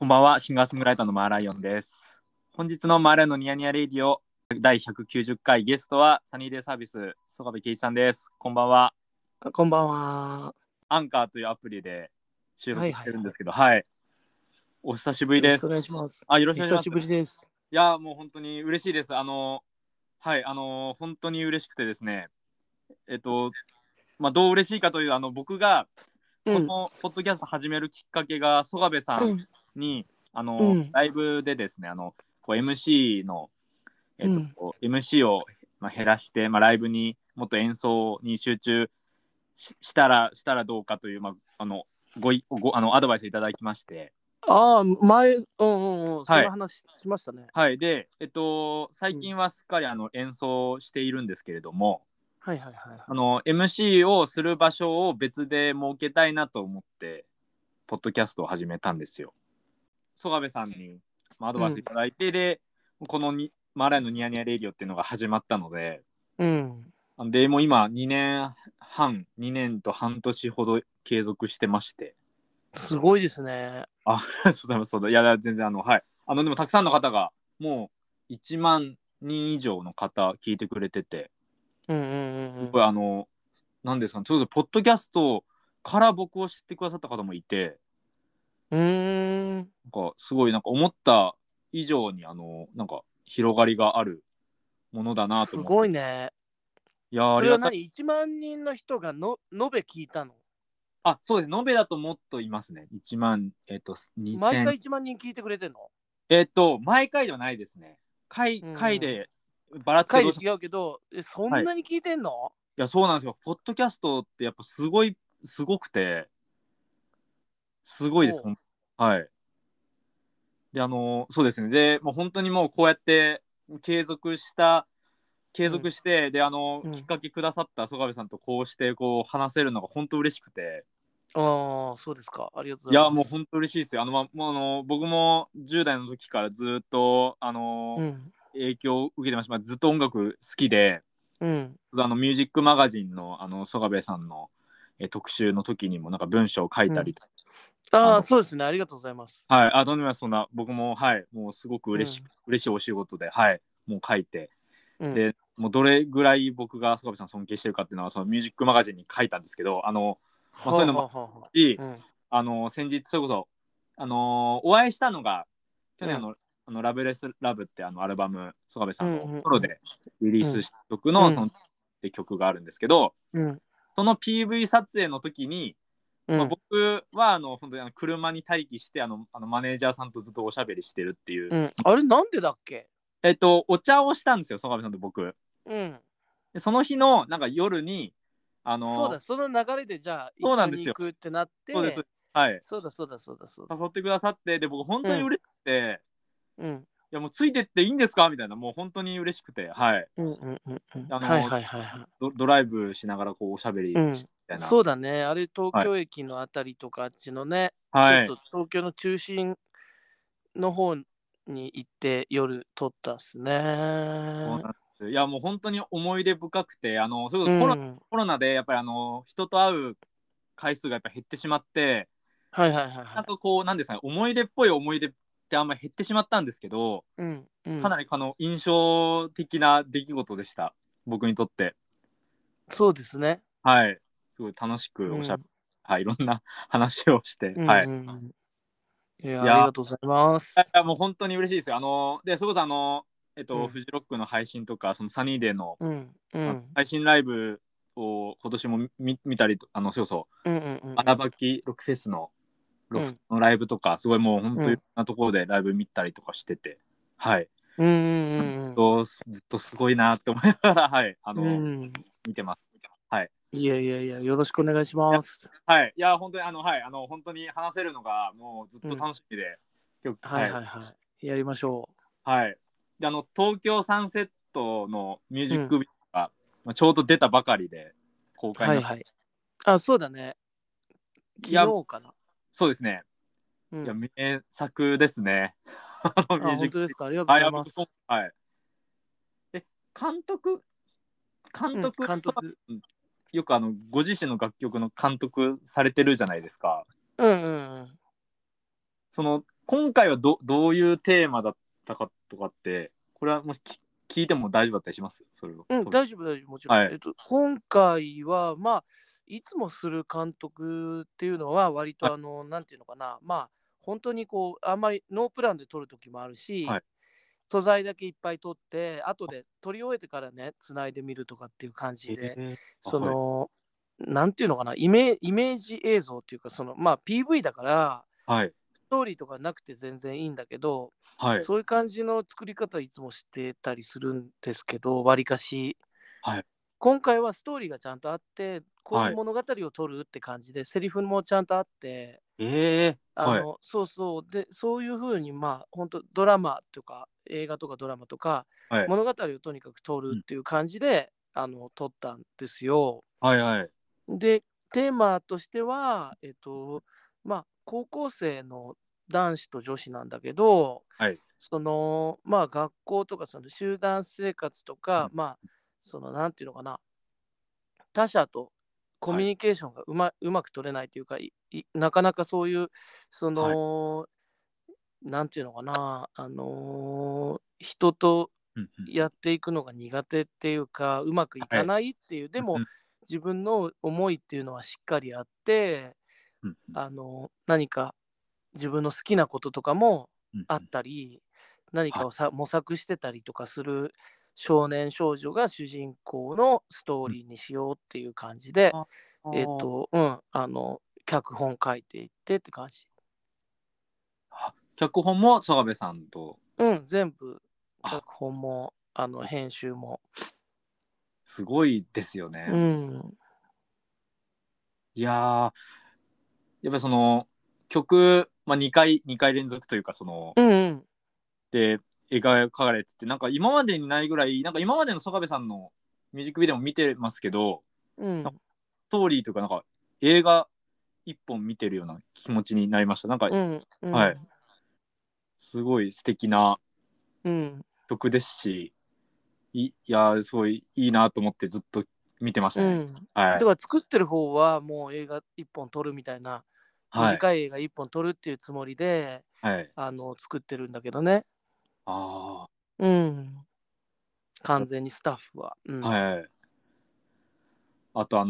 こんばんは、シンガーソングライターのマーライオンです。本日のマーライオンのニヤニヤレイディオ第190回ゲストはサニーデイサービス曽我部圭一さんです。こんばんは。 こんばんは。 アンカーというアプリで収録してるんですけど、 はい、 お久しぶりです。 よろしくお願いします。 よろしくお願いします。 久しぶりです。 いや、もう本当に嬉しいです。本当に嬉しくてですね。どう嬉しいかという僕がこのポッドキャスト始めるきっかけが曽我部さんに、ライブでですね、MC の、MC を、減らして、ライブにもっと演奏に集中したらどうかという、アドバイスいただきまして。 前、そんな話しましたね。 はい。で、最近はすっかり演奏しているんですけれども、MC をする場所を別で設けたいなと思ってポッドキャストを始めたんですよ。曽我部さんにアドバイスいただいて、でこのマーライオンのニヤニヤレイディオっていうのが始まったので、でもう今2年と半年ほど継続してまして。 すごいですね。 そうだいや全然はいでもたくさんの方がもう1万人以上の方聞いてくれてて、すごいなんですかね、ちょうどポッドキャストから僕を知ってくださった方もいて、なんかすごい思った以上になんか広がりがあるものだなと思って。 すごいね。 いや、 それは何、1万人の人が延べ聞いたの？ そうです。延べだともっといますね。1万、2000。 毎回1万人聞いてくれてんの？ 毎回ではないですね。回でばらつ回で違うけど、そんなに聞いてんの？ いや、そうなんですよ。ポッドキャストってやっぱすごくて、すごいです。はい。で、そうですね。で、もう本当にもうこうやって継続して、で、きっかけくださった曽我部さんとこうして話せるのが本当嬉しくて。 そうですか。ありがとうごいや、 ざいます。 もう本当嬉しいですよ。もう僕も10代の時からずっと影響を受けてました。ずっと音楽好きで、ミュージックマガジンの曽我部さんの特集の時にもなんか文章を書いたりとか。 そうですね。ありがとうございます。 はい。とんでもない、そんな僕ももうすごく嬉しいお仕事で、もう書いて、でもうどれぐらい僕が曽我部さん尊敬してるかっていうのはそのミュージックマガジンに書いたんですけど、そういうのもあり、先日それこそお会いしたのが去年ラブレスラブってアルバム曽我部さんのソロでリリースした曲のそのって曲があるんですけど、その PV 撮影の時に、僕は本当に車に待機してマネージャーさんとずっとおしゃべりしてるっていう、 あれなんでだっけ？ お茶をしたんですよ、曽我部さんと僕。でその日のなんか夜にそうだ、その流れでじゃあ一緒に行くってなって、 そうです、はい、 そうだ。 誘ってくださって、で僕本当に嬉しくて、いやもうついてっていいんですかみたいな、もう本当に嬉しくて、ドライブしながらおしゃべりしてみたいな。 そうだね、あれ東京駅のあたりとかあっちのね、ちょっと東京の中心の方に行って夜撮ったっすね。 いやもう本当に思い出深くて、それこそコロナでやっぱり人と会う回数がやっぱ減ってしまって、なんかなんですかね、思い出っぽい思い出ってあんまり減ってしまったんですけど、かなり印象的な出来事でした、僕にとって。 そうですね。 はい、すごい楽しくいろんな話をして、 いや、ありがとうございます。 いやもう本当に嬉しいですよ。で、それこそフジロックの配信とか、そのサニーデーの、配信ライブを今年も見たり、それこそ、荒垣ロックフェスのロフのライブとか、すごいもう本当にいろんなところでライブ見たりとかしてて、ずっとすごいなって思いながら、見てます。 いや、よろしくお願いします。 いや、本当に本当に話せるのがもうずっと楽しみで、 やりましょう。で、東京サンセットのミュージックビデオが、ちょうど出たばかりで公開になって。 そうだね。昨日かな。 そうですね。いや、名作ですね。 本当ですか。ありがとうございます。 監督、よくご自身の楽曲の監督されてるじゃないですか。 今回はどういうテーマだったかとかって、これはもし聞いても大丈夫だったりします？それを。 大丈夫、大丈夫、もちろん。 はい。 今回は、まあ、いつもする監督っていうのは、割はい。 となんていうのかな、まあ、本当にあんまりノープランで撮る時もあるし、 はい。 素材だけいっぱい撮って、後で撮り終えてからね、繋いでみるとかっていう感じで、 はい。 なんていうのかな、イメージ映像っていうか、まあ、PV だから、 はい。 ストーリーとかなくて全然いいんだけど、 はい。 そういう感じの作り方いつもしてたりするんですけど、わりかし。 はい。 今回はストーリーがちゃんとあって、こういうはい。 物語を撮るって感じで、セリフもちゃんとあって、 はい。 そうそう、で、そういう風に、まあ、本当ドラマとか、映画とかドラマとか、 はい。 物語をとにかく撮うん。 るっていう感じで、撮ったんですよ。 はいはい。 で、テーマとしては、まあ、高校生の男子と女子なんだけど、 はい。 まあ、学校とかその集団生活とか、 うん。 まあ、なんていうのかな、他者とコはい。 ミュニケーションがうまく取れないというか、なかなかそういう、そはい。 の、なんていうのかな、人とうん。うん。 やっていくのが苦手っていうか、うまくいかはい。 ないっていう、でもうん。 自分の思いっていうのはしっかりあって、 うん。うん。 何か自分の好きなこととかもうん。 あったり、何はい。 かを模索してたりとかする少年少女が主人公のストーうん。 リーにしようっていう感じで、 ああ。 脚本書いていってって感じ。 脚本も曽我部さんと。 うん、全部脚あ、 本も、編集も。 すごいですようね。 ん。 いやー、やっぱり曲、まあ、2回連続というか、 うんうん。 で、描かれてて、なんか今までにないぐらい、なんか今までの曽我部さんのミュージックビデオも見てますけど、なんかうん。 ストーリーというか、なんか映画一本見てるような気持ちになりました。なんか、 うん。うはい、 ん。 すごい素敵なうん。 曲ですし、すごいいいなと思ってずっと見てましたね。 うん。 はい。 だから作ってる方はもう映画一本撮るみたいな、 はい。 短い映画一本撮るっていうつもりで、 はい。 作ってるんだけどね。 あうん。完全にスタッフは。うあ、 ん。 はい。あと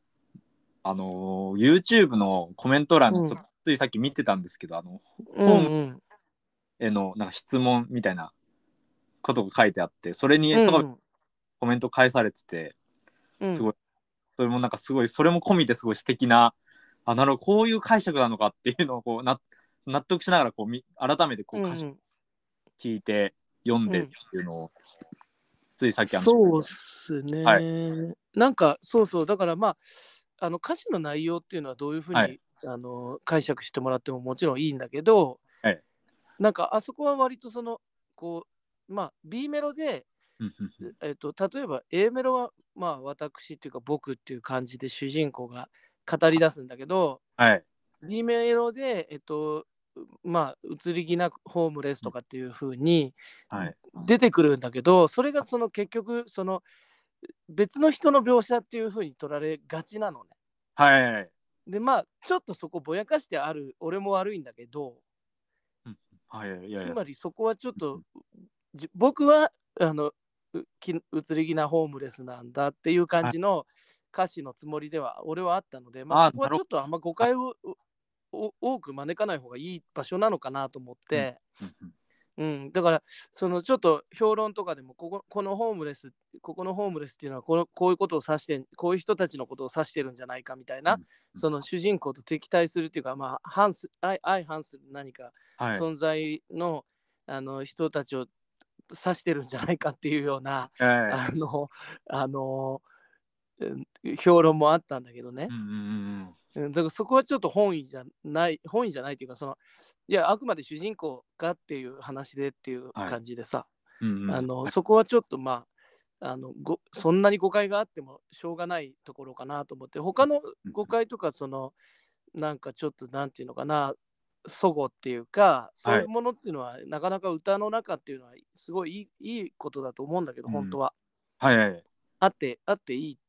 YouTube のコメント欄、 うん。 ついさっき見てたんですけど、 うホームんうん。 へのなんか質問みたいなことが書いてあって、それにうんうん。 コメント返されてて、 うん。 すごい、それもなんかすごい、それも込みですごい素敵な、なるほど、こういう解釈なのかっていうのを納得しながら改めて歌詞うんうん。 聞いて読んでっうん。 ていうのを、ついさっきそうっすはい、 ね。なんか、そうそう、だからまあ、歌詞の内容っていうのはどういうふうはい、 に解釈してもらってももちろんいいんだけど、 はい。 なんかあそこは割とまあ、B メロで、 うんうんうん。 例えば A メロは、まあ、私っていうか僕っていう感じで主人公が語り出すんだけど、 はい。 B メロで、まあ、移り気なホームレスうん、 とかっていう風にはい。 出てくるんだけど、それが結局、別の人の描写っていう風に取られがちなのね。 はい。 で、まあ、ちょっとそこぼやかしてある俺も悪いんだけど、 うん、はい、いやいや、 つまりそこはちょっと僕はあの移り気なホームレスなんだっていう感はい。 じの歌詞のつもりでは俺はあったので、まあ、 ああ、 そこはちょっとあんま誤はい。 解を多く招かない方がいい場所なのかなと思っうん、 て、 うんうん。 うん、だからちょっと評論とかでもここのホームレスっていうのはこういうことを指してこういう人たちのことを指してるんじゃないかみたいな、 うん、うん。 その主人公と敵対するっていうか、まあ、相反する何かはい。 存在の人たちを指してるんじゃないかっていうような、 はい。 あの、あの、評論もあったんだけどね。 うんうんうんうん。 だからそこはちょっと本意じゃないというか、いや、あくまで主人公がっていう話でっていうはい。 感じでさ、 うんうん。はい。 そこはちょっとまあ、そんなに誤解があってもしょうがないところかなと思って、他のうんうん。 誤解とか、なんかちょっとなんていうのかな、齟齬っていうか、そうはい。 いうものっていうのは、なかなか歌の中っていうのは、すごいいいことだと思うんだけど、 うん。 本当は。 はいはい。 あっていい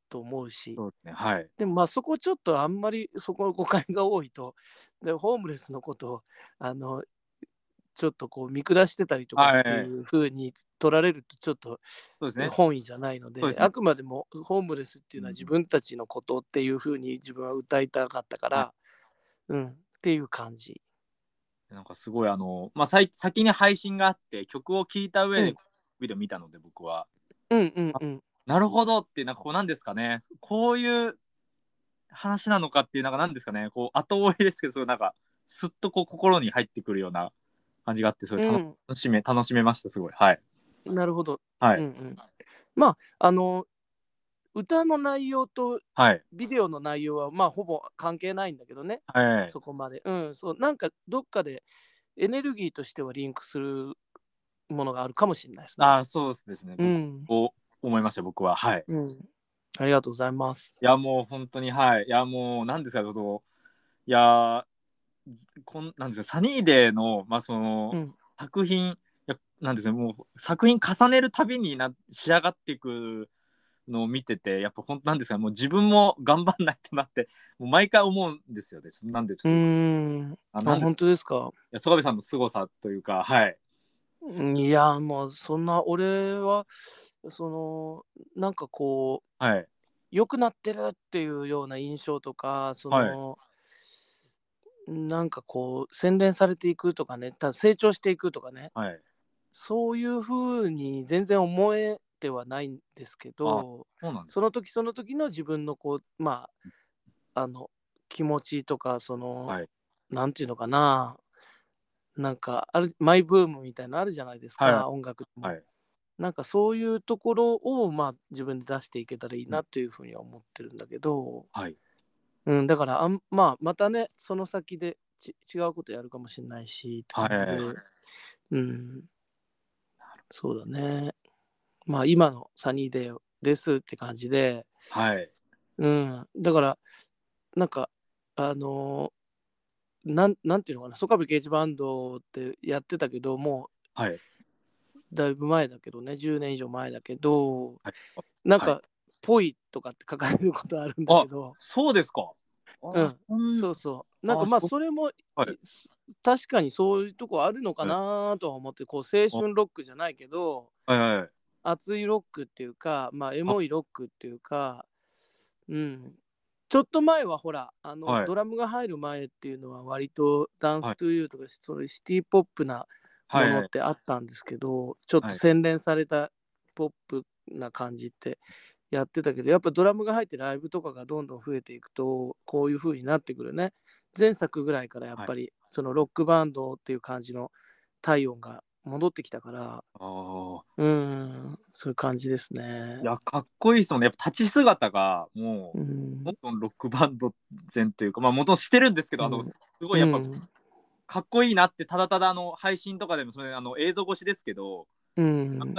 と思うし、 そうですね。はい。 でもまあそこちょっとあんまりそこ誤解が多いと、でホームレスのことをあのちょっとこう見下してたりとかっはい。 ていう風に取られるとちょっとそうですね。 本意じゃないので、 そうですね。 あくまでもホームレスっていうのはうん。 自分たちのことっていう風に自分は歌いたかったかはい。 ら、っていう感じ。 なんかすごいまあ、先に配信があって、曲を聴いた上でうん。 ビデオ見たので、僕は。 うんうんあ、 うん。 なるほどって、なんかこうなんですかね、こういう話なのかっていう、なんかなんですかね、こう後追いですけど、そうなんか、すっとこう心に入ってくるような感じがあって、それうん。 楽しめました、すごい。はい。 なるほど。 はい。 うんうん。まあ、歌の内容とはい。 ビデオの内容は、まあ、ほぼ関係ないんだけどね、 はい。 そこまで。そう、なんかどっかでエネルギーとしてはリンクするものがあるかもしれないですね。 ああ、そうですね。僕うん。 こう思いました、僕は。はい。 うん。ありがとうございます。 いや、もう本当に、はい。いや、もうなんですか、いや、なんですか、サニーデーの、まあ、 うん。 作品、なんですね、もう作品重ねるたびに仕上がっていくのを見てて、やっぱほんなんですか、もう自分も頑張んないとなって、もう毎回思うんですよね。なんでちうーょっと、 ん。あ、 なんで、い本当ですか。 や、曽我部さんの凄さというか、はい。 いや、もうそんな俺は、その、なんかこう、 はい。 良くなってるっていうような印象とか、 はい。 なんかこう、洗練されていくとかね、成長していくとかね、 はい。 そういう風に全然思えてはないんですけあ、 ど、 そうなんですか。 その時その時の自分のこう、まあ、気持ちとか、 はい。 なんていうのかな、なんか、マイブームみたいなのあるじゃないですはい。 か、音楽でも。 はい。 なんかそういうところを、まあ、自分で出していけたらいいうん。 なというふうには思ってるんだけど、 はい。 だから、まあ、またね、その先で違うことやるかもしれないしっては感じで、 い。 うん、そうだね。まあ、今のサニーデーですって感じで、 はい。 だから、なんか、あのなんていうのかな、曽我部刑事バンドってやってたけど、もはい。 うだいぶ前だけどね、10年以上前だけど、 はい。はい。 なんか、ぽいとかって書かれることあるんだあ、 けど、 そうですか。ああ、 うん、そうそう。なんか、 ああ、 ま、それも、 はい。 確かにそういうとこあるのかはい。 なとは思って、こう、青あ、 春ロックじゃないけど、 はいはいはい。 熱いロックっていうか、まあ、エあ、 モいロックっていうか、うん。ちょっと前はほら、 はい。 ドラムが入る前っていうのは割とダンスはい。 トゥーユーとか、そういうシティポップなものっはいはい。 てあったんですけど、ちょっとはい。 洗練されたポップな感じってやってたけど、やっぱドラムが入ってライブとかがどんどん増えていくと、こういう風になってくるね。前作ぐらいからやっはい。 ぱり、そのロックバンドっていう感じの体温が戻ってきたから、 ああ。 そういう感じですね。 いや、かっこいいっすもんね。やっぱ立ち姿がもうう、もっん、 とロックバンド前というか、まあ、もともとしてるんですけど、 うん、 すごいやっぱうん、 かっこいいなって、ただただ配信とかでも映像越しですけど、 うん。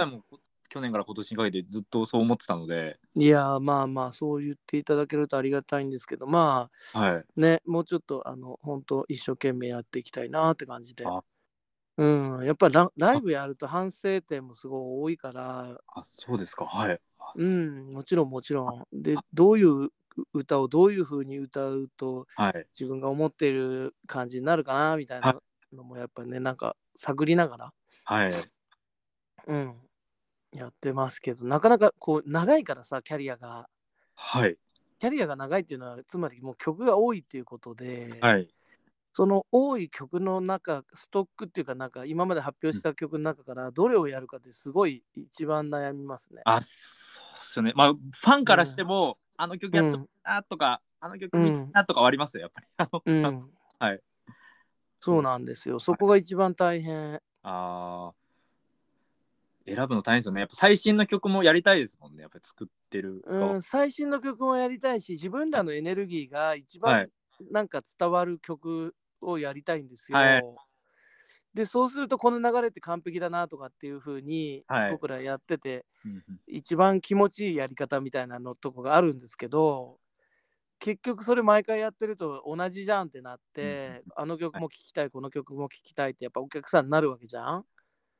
何回も去年から今年にかけてずっとそう思ってたので、 いや、まあまあ、そう言っていただけるとありがたいんですけど、まはい。 あ、ね、もうちょっと、本当一生懸命やっていきたいなって感じで。 あ、 やっぱりライあ、 ブやると反省点もすごい多いから、 そうですか。はい。 もちろんもちあ、 ろん。で、 あ、 どういう歌をどういう風に歌うと、 はい。 自分が思っている感じになるかなみたいはい。 なのもやっぱね、なんか探りながら、 はい。 うん、やってますけど、なかなかこう長いからさ、キャリアが。 はい。 キャリアが長いっていうのは、つまりもう曲が多いっていうことで、 はい。 その多い曲の中、ストックっていうか、なんか今まで発表うん。 した曲の中からどれをやるかってすごい一番悩みますね。 あ、そうっすよね。まあ、ファンからしてうん。 も、あの曲やってほしうん。 いなとか、あの曲見たいうん。 なとかはありますよ、やっぱり。 うん。 はい。 そうそう、 なんですよ。そこはい。 が一番大変。 ああ、選ぶの大変ですよね。やっぱ最新の曲もやりたいですもんね、やっぱり作ってる側。 最新の曲もやりたいし、自分はい。 らのエネルギーが一番はい。 なんか伝わる曲をやりたいんですはい。 よ。で、そうするとこの流れって完璧だなとかっていう風にはい。 僕らやっててうんうん。 一番気持ちいいやり方みたいなのとこがあるんですけど、結局それ毎回やってると同じじゃんってなっうんうん。 て、あの曲はい。 も聴きたい、この曲も聴きたいってやっぱお客さんになるわけじゃん。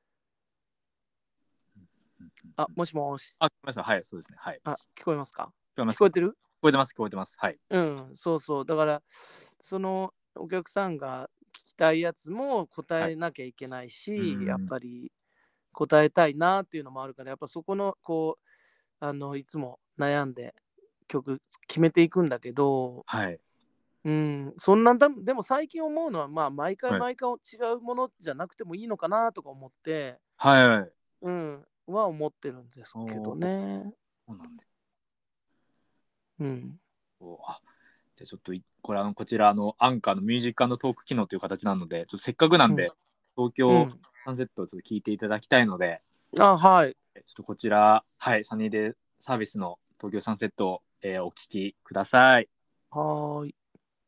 うんうんうんあ、 うん。 もしもし。 あ、ごめんなさい。はい、そうですね。はい。 あ、聞こえますか？ 聞こえてる？ 聞こえてます、聞こえてます。はい。 うん、そうそう。だから、そのお客さんが聞きたいやつも答はい。 えなきゃいけないし、やっん。 ぱり答えたいなっていうのもあるから、やっぱそこの、いつも悩んで曲決めていくんだけど、 はい。 うん、そんなんだ、でも最近思うのは、まあ、毎回はい。 毎回違うものじゃなくてもいいのかなとか思って、 はいはい。 うん、は思ってるんですけどおー、 ね。 そうなんです。 うん。 じゃあちょっとこれこちらアンカーのミュージックトーク機能という形なので、ちょっとせっかくなんうん。 で、東京うん。 サンセットをちょっと聞いていただきたいので、 あ、はい。 ちょっとこちら、はい、サニーデイサービスの東京サンセットを、お聞きください。 はーい。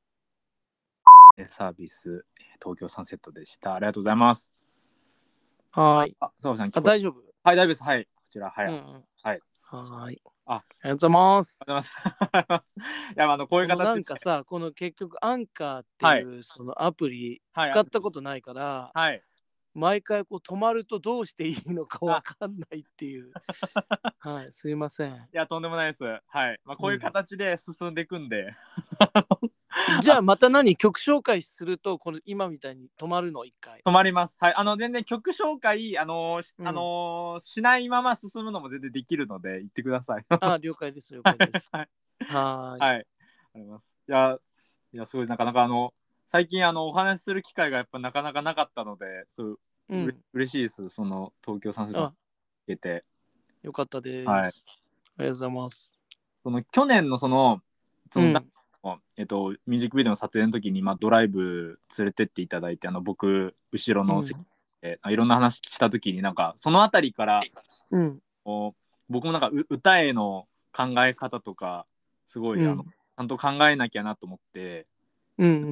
サービス、東京サンセットでした。ありがとうございます。 はーい。 澤部さんあ、 聞こえ、 大丈夫？ はい、大丈夫です。はい。こちら、はい。 うんうん。 はい。 はーい。 あ、あありがとうございます。 りがとうございます。いや、こういうこのな形で、 んかさ、この結局アンカーってはい。 いうそのアプリはい、 使ったことないから、 はい。 毎回止まるとどうしていいのかわあ、 かんないっていう。はい、すいません。 いや、とんでもないです。はい。こういううん。 形で進んでいくんで。 じゃあまた曲紹介すると、この今みたいに止まるの一回。 止まります。はい。全然曲紹介、 うん。 しないまま進むのも全然できるので、言ってください。 あ、了解です、了はい。 解です。 はい。 はーい。 はい。あります。いや、すごい、なかなか最近お話しする機会がやっぱなかなかなかったので、 うん。 嬉しいです。その東京サンセットあ、 聞けて。 よかったではい。 す。ありがとうございます。 去年のそのダンうん。 スのミュージックビデオの撮影の時に、ドライブ連れてっていただいて、僕後ろの席うん。 でいろんな話した時に、なんかそのあたりからうん。 こ僕もなんか歌への考え方とかすごいちうん。 ゃんと考えなきゃなと思って、 うん。うん。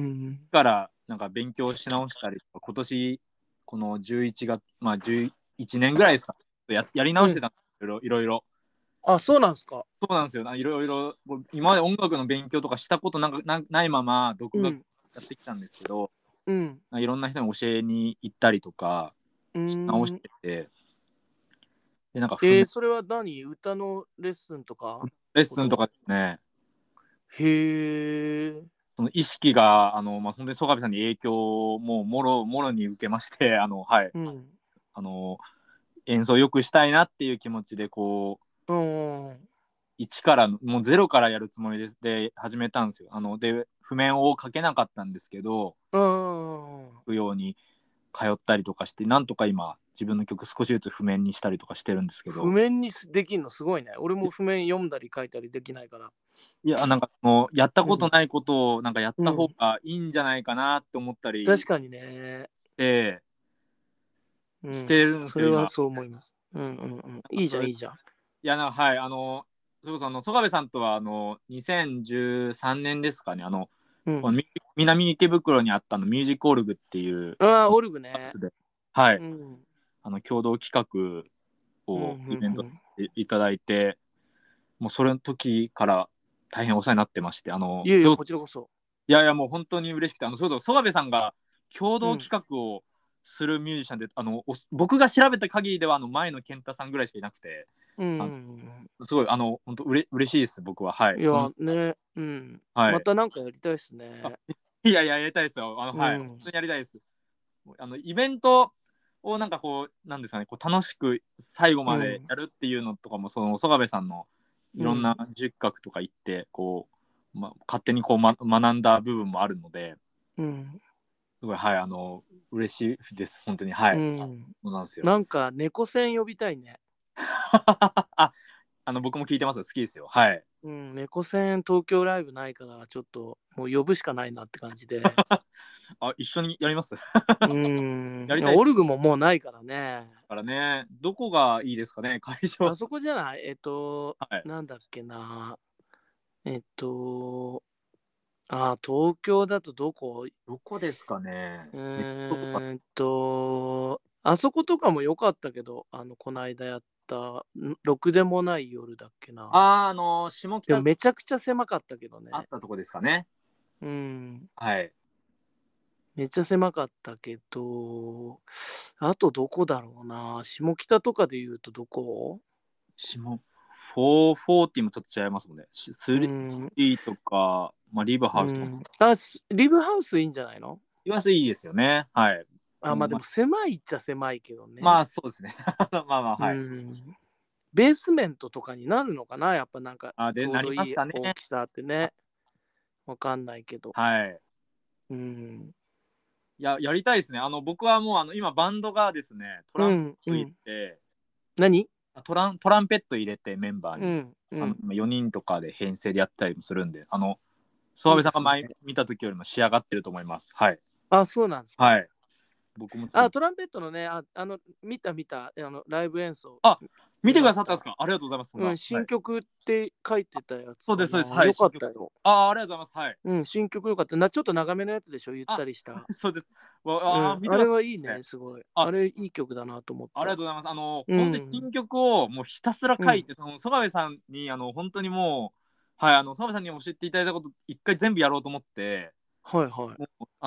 からなんか勉強し直したりとか、今年この11月、11年ぐらいですか、やりうん。 直してたんですけど、いろいろ。 あ、そうなんすか。 そうなんですよ。いろいろ今まで音楽の勉強とかしたことないまま独学うん。 やってきたんですけど、 うん。 いろんな人に教えに行ったりとかうーし直しん。 てて、でなんか譜面それは歌のレッスンとかレッこと？ スンとかですね、 へえ。 その意識が本当に曽我部さんに影響をもうもろに受けまして、はい、 うん。 あの演奏よくしたいなっていう気持ちでうんうん。 一からもうゼロからやるつもりで始めたんですよ。で譜面をかけなかったんですけど、 うんうんうん。 くように通ったりとかして、なんとか今自分の曲少しずつ譜面にしたりとかしてるんですけど、 譜面にできんのすごいね。俺も譜面読んだり書いたりできないから。 いや、なんかもうやったうん。 ことないことをなんかやった方うん。 がいいんじゃないかなって思ったり確かにね。 してうん。 してるんですよ今。 それはそう思います。うんうんうん。いいじゃん、 それ、いいいじゃん。 や、はい、それこそ曽我部さんとは2013年ですかね、 うん。 南池袋にあったミュージックオルグっていうああ、オルグね。 バスで、はい、 うん。 共同企画うんうをイベントんでいただいて、もうそれの時から大変お世話になってまして、 うん。いやいや、こちらこそ。 いやいや、もう本当に嬉しくて、そうそう、曽我部さんが共同うん。 企画をするミュージシャンで、僕が調べた限りでは、前野健太さんぐらいしかいなくて、 うんうあんすごい、本当嬉しいです、僕は。はい。 うん。いや、ね。うん。 はい。 またなんかやりたいっすあ、 ね。 いやいや、やりたいですよ。はい。本うん。 当にやりたいです。イベントをなんかなんですかね、楽しく最後までうん。 やるっていうのとかも、その、曽我部さんのいろんなうん。 十角とか行って、勝手に学んだ部分もあるので、 うん。 すごい、はい、嬉しいです。本当に、はうい。 ん。 そうなんですよ。 なんか猫戦呼びたいね。 あ、僕も聞いてますよ。好きですよ。はい。 うん、猫戦東京ライブないから、ちょっともう呼ぶしかないなって感じで。 一緒にやります。 うん。いや、 やりたいですオルグももうないからね。 からね。どこがいいですかね、会場。 あそこじゃない？ はい。 なんだっけな。えっと、東京だとどこ？ どこですかね。どこか。 あそことかも良かったけど、こないだやった、ろくでもない夜だっけな。 下北でもめちゃくちゃ狭かったけどね。 あったとこですかね。 うん。 はい。 めっちゃ狭かったけど、あとどこだろうな。下北とかで言うとどこ？ 下。 440もちょっと違いますもんね。 うん 3とか、まあ、リブハウスとかも。 リブハウスいいんじゃないの？ リブハウスいいですよね。はい。 まあでも狭いっちゃ狭いけどね。 まあそうですね。まあまあ、はい。 ベースメントとかになるのかな、やっぱなんかで、 ちょうどいいなりますかね。 大きさってね。わかんないけど。 はい。やりたいですね。僕はもう、今、バンドがですね、トランペット入れて、 何トランペット入れてメンバーに、今4人とかで編成でやったりもするんで、曽我部さんが前見た時よりも仕上がってると思います。はい。 あ、そうなんですか。 はい。僕もトランペットのね、見た、ライブ演奏。 見てくださったんですか？ありがとうございます。 新曲って書いてたやつ。 そうです、そうです。はい。 よかったよ。 ありがとうございます。 はい。新曲よかった。ちょっと長めのやつでしょ、ゆったりした。 そうです。 あれはいいね、すごい。あれいい曲だなと思った。 ありがとうございます。本当に新曲をもうひたすら書いて、曽我部さんに、本当にもう、はい、曽我部さんに教えていただいたこと一回全部やろうと思って、 はいはい。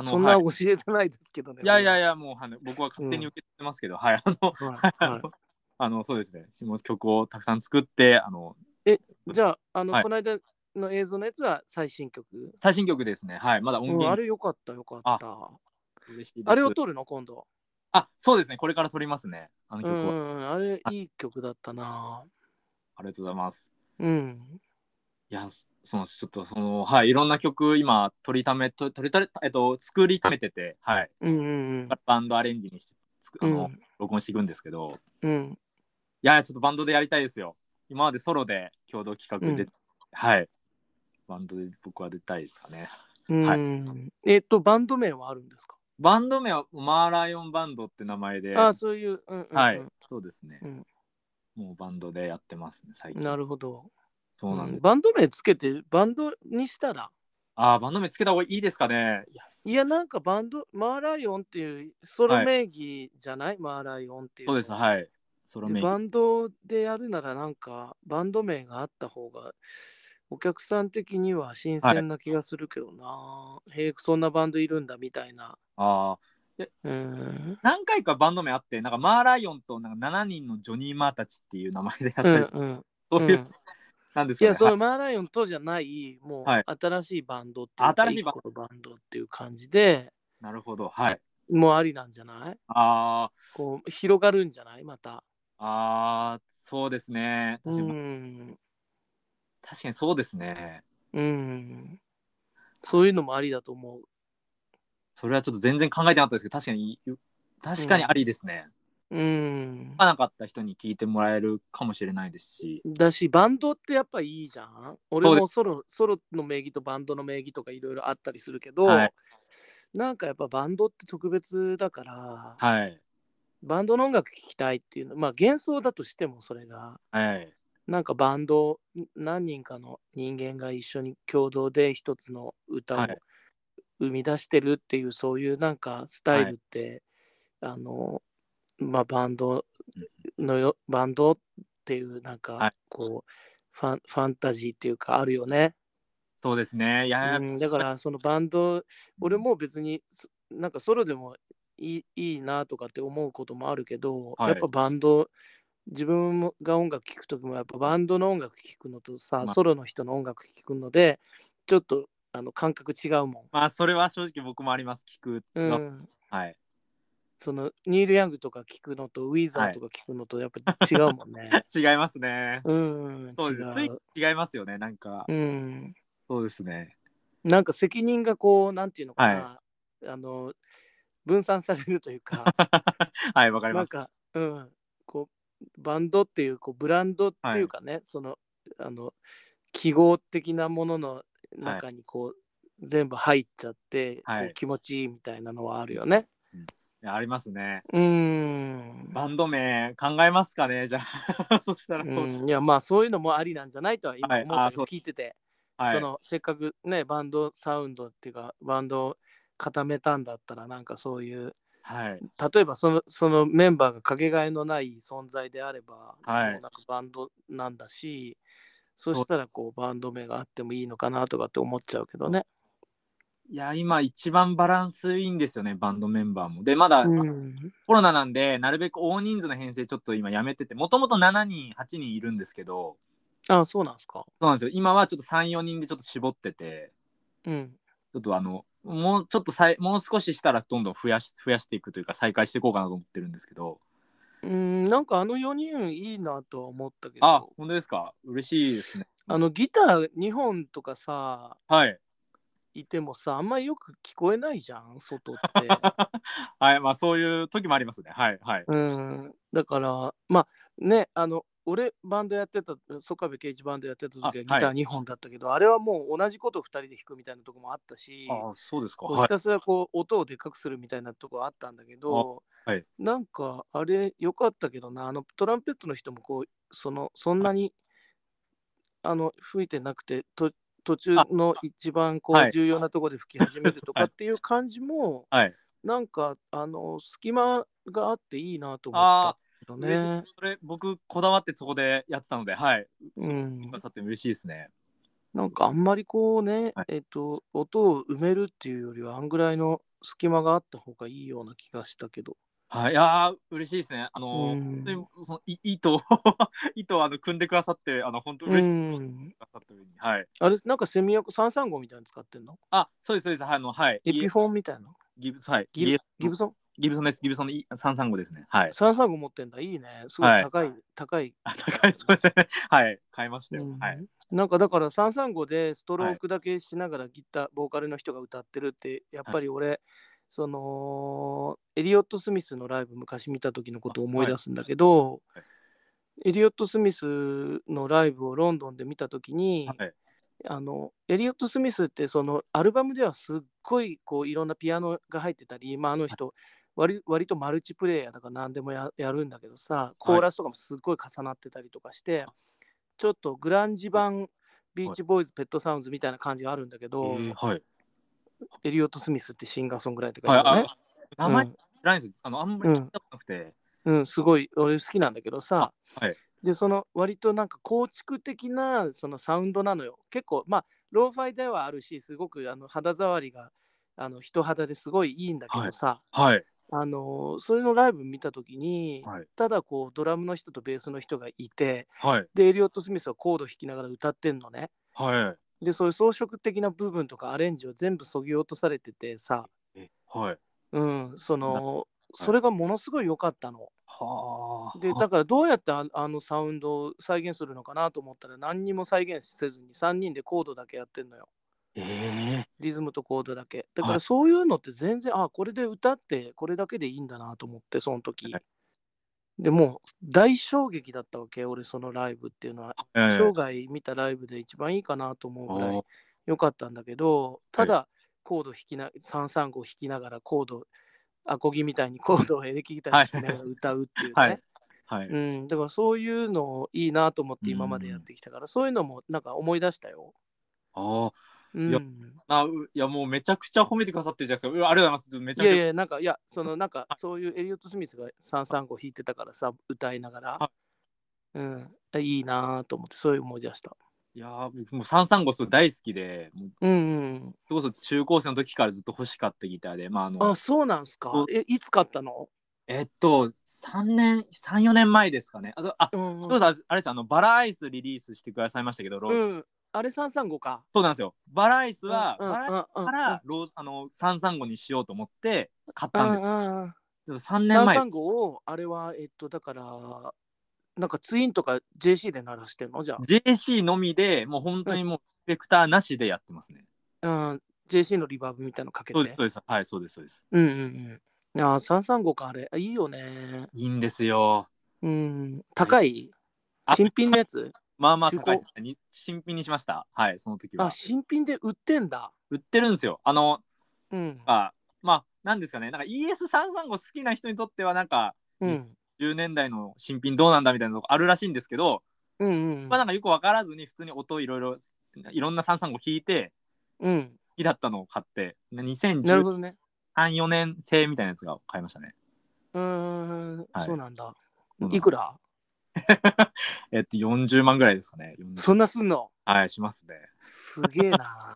そんな教えてないですけどね。 いや、もう、僕は勝手に受けてますけど、はい、そうですね。曲をたくさん作って、 じゃあ、この間の映像のやつは最新曲？ 最新曲ですね。はい、まだ音源。 あれよかった、よかった。 嬉しいです。 あれを撮るの、今度？ そうですね。これから撮りますね。あの曲は。 あれいい曲だったな。 ありがとうございます。いや、ちょっとはい、いろんな曲今作りためてて、はい。バンドアレンジにして録音していくんですけど、いや、ちょっとバンドでやりたいですよ。今までソロで共同企画で、はい。バンドで僕は出たいですかね。 はい。バンド名はあるんですか？ バンド名はマーライオンバンドって名前で、 そういう、 はい、そうですね。もうバンドでやってますね、最近。 なるほど。 そうなんです。 バンド名つけてバンドにしたら？ バンド名つけた方がいいですかね。 いや、なんかマーライオンっていうソロ名義じゃない？マーライオンっていう。 そうです、はい。ソロ名義。 バンドでやるならなんかバンド名があった方がお客さん的には新鮮な気がするけどな。そんなバンドいるんだみたいな。 何回かバンド名あって、なんかマーライオンとなんか7人のジョニー・マーたちっていう名前でやったり、そういう、なんですかね。 いや、そのマーライオンとじゃない、もう新しいバンドっていう、 新しいバンドっていう感じで、 なるほど、はい。 もうありなんじゃない？こう広がるんじゃない？また。 そうですね。確かにそうですね。 そういうのもありだと思う。 それはちょっと全然考えてなかったですけど、確かにありですね。なかった人に聞いてもらえるかもしれないですし。 バンドってやっぱいいじゃん。俺もソロの名義とバンドの名義とかいろいろあったりするけど、なんかやっぱバンドって特別だから、バンドの音楽聴きたいっていうの、まあ幻想だとしてもそれが、なんかバンド、何人かの人間が一緒に共同で一つの歌を生み出してるっていう、そういうなんかスタイルって、まあバンドっていうなんかこう、ファンタジーっていうかあるよね。 そうですね。 だからそのバンド、俺も別になんかソロでもいいなとかって思うこともあるけど、やっぱバンド、自分が音楽聴くときもやっぱバンドの音楽聴くのとさ、ソロの人の音楽聴くので、ちょっと感覚違うもん。それは正直僕もあります、聞く。はい。 そのニール・ヤングとか聞くのとウィザーとか聞くのとやっぱ違うもんね。 違いますね。そうです。違いますよね、なんか。そうですね。 なんか責任がこう、なんていうのかな、分散されるというか、 はい、わかります。 なんか、こう、バンドっていう、こう、ブランドっていうかね、その、記号的なものの中にこう、全部入っちゃって、こう気持ちいいみたいなのはあるよね。 ありますね。バンド名考えますかね、じゃあ。そしたらそう。 いや、まあそういうのもありなんじゃないとは今思ったけど、聞いてて。せっかくね、バンドサウンドっていうか、バンドを固めたんだったら、なんかそういう、例えばそのメンバーがかけがえのない存在であれば、もうなんかバンドなんだし、そしたらこうバンド名があってもいいのかなとかって思っちゃうけどね。 いや、今一番バランスいいんですよね、バンドメンバーも。で、まだコロナなんで、なるべく大人数の編成ちょっと今やめてて、もともと7人、8人いるんですけど、 あ、そうなんですか。 そうなんですよ。今はちょっと3、4人でちょっと絞ってて、 うん。 ちょっともうちょっともう少ししたらどんどん増やしていくというか、再開していこうかなと思ってるんですけど。 なんかあの4人いいなとは思ったけあ、 ど、 本当ですか。嬉しいですね。 ギター2本とかさ、 はい。 いてもさ、あんまりよく聞こえないじゃん、外って。 はい、まあそういう時もありますね。はいはい。 だから、まあね、俺バンドやってた、曽我部圭一バンドやってた時はギターはい。 2本だったけど、あれはもう同じことを2人で弾くみたいなとこもあったし、 そうですか。 こうひはい。 たすらこう音をでっかくするみたいなとこあったんだけあ、 ど、 はい。 なんかあれ良かったけどな、トランペットの人もこう、そんなに吹いてなくて、途中あ、 の一番こはい。 う重要なところで吹き始めるとはい。 かっていう感じも、 はい。 なんか隙間があっていいなと思ったああ、 けど嬉しいです。 ね。 それ、僕、こだわってそこでやってたので、はい。 うそう、言ってくだん。 さって嬉しいですね。 なんかあんまりこうね、 はい。 音を埋めるっていうよりは、あんぐらいの隙間があった方がいいような気がしたけど。 はい、いやー、嬉しいですね。 う本当ん。 に糸を糸を組んでくださって、本当う嬉しくん。 ださった上に、はい。 あれ、なんかセミヤコ335みたいなの使ってんの？ あ、そうですそうです。はい。 エピフォンみたいなの？ はい。 ギブソン？ ギブソンです。ギブソンの335ですね。はい。 335持ってんだ。いいね。すごいはい。 高いあ、 ギターだね。 高いそうですね。はい。買いましたよ。はい。 なんかだから335でストはい。 ロークだけしながらボーカルの人が歌ってるって、やっはい。 ぱり俺、エリオット・スミスのライブ昔見た時のことを思いはい。 出すんだけど、 はい。 エリオット・スミスのライブをロンドンで見た時に、 はい。 エリオット・スミスってそのアルバムではすっごいこういろんなピアノが入ってたり、まあ、あの人割とマルチプレイヤーだから何でもやるんだけどさ、コはい。 ーラスとかもすっごい重なってたりとかして、ちょっとグランジはい。 版ビーはい。 チボーイズ、ペットサウンズみたいな感じがあるんだけど、 はい。 エリオット・スミスってシンガーソングライターがいはい。 るのね。 名前知うん、 らないんです。あんまうん、 り聞いたことなくて。 うん、すごい俺好きなんだけどあ、 さ、 はい。 で、その割となんか構築的なそのサウンドなのよ。結構、まあ、ローファイではあるし、すごく肌触りが人肌ですごいいいんだけはい。 どさ、 はい。 それのライブ見たときに、 はい。 ただこうドラムの人とベースの人がいて、 はい。 で、エリオット・スミスはコード弾きながら歌ってんのね。 はい。 で、そういう装飾的な部分とかアレンジを全部削ぎ落とされててさ、 はい。 うん、 だはい。 それがものすごい良かったの。で、 はあ。 だからどうやってあのサウンドを再現するのかなと思ったら何にも再現せずに3人でコードだけやってんのよ。 ええ。 リズムとコードだけ。だかはい。 らそういうのって全然、これで歌ってこれだけでいいんだなと思って、その時。 はい。 でもう大衝撃だったわけ、俺そのライブっていうのは。生ええ。 涯見たライブで一番いいかなと思うぐらいああ、 良かったんだけど、 はい。 ただコード335弾きながらアコギみたいにコードをエレキギターではい。 弾きながら歌うっていうはい。 ね。 はい。 だからそういうのいいなと思っうて今までやっん。 てきたから、そういうのもなんか思い出したよ。 ああ、 ういや、 ん。 いや、もうめちゃくちゃ褒めてくださってるじゃないですか。ありがとうございます。めちゃくちゃいやいや、なんか、いや、なんか、そういうエリオット・スミスが335弾いてたからさ、歌いながら、 はい。 いいなと思って、そういう思い出した。 いや、僕も335すごい大好きで、もううんうん。 それこそ中高生の時からずっと欲しかったギターで、 あ、そうなんすか。いつ買ったの？ 3年、3、4年前ですかね。 うんうん。 そうです、あれです、バラアイスリリースしてくださいましたけど、 うん。あれ335か。 そうなんですよ。 うんうんバラアイうんうんうん。 スから335にしようと思って買っうんたんです。 うんうん。 ちょっと3年前。 335を、あれは、だから、なんかツインとか JC で鳴らしてんのじゃあ。 JC のみで、もう本うん。 当にもうスペクターなしでやってますね。 うん、JC のリバーブみたいのかけそうです、 て。 そうです。はい、そうです、そうです。 うんうんうん。335か、あれ。いいよね。 いいんですよ。はい。 高い？ あ、 新品のやつ？ まあまあ中古？ 高いですね。新品にしました。はい、その時あ、 は。 新品で売ってんだ。 売ってるんですよ。 うん。 まあ、なんですかね、なんか ES335 好きな人にとっては、なんか、 うん。 2010年代の新品どうなんだみたいなとこあるらしいんですけど、 うんうんなんかよくわからずに、普通に音いろんな335弾いて、 うん。うん。 好きだったのを買って、2013、 なるほどね。 4年製みたいなやつが買いましたね。はい。 そうなんだ。 そうなんです。 いくら？ 40万ぐらいですかね。 そん 40。 なすんの？ はい、しますね。 すげえな。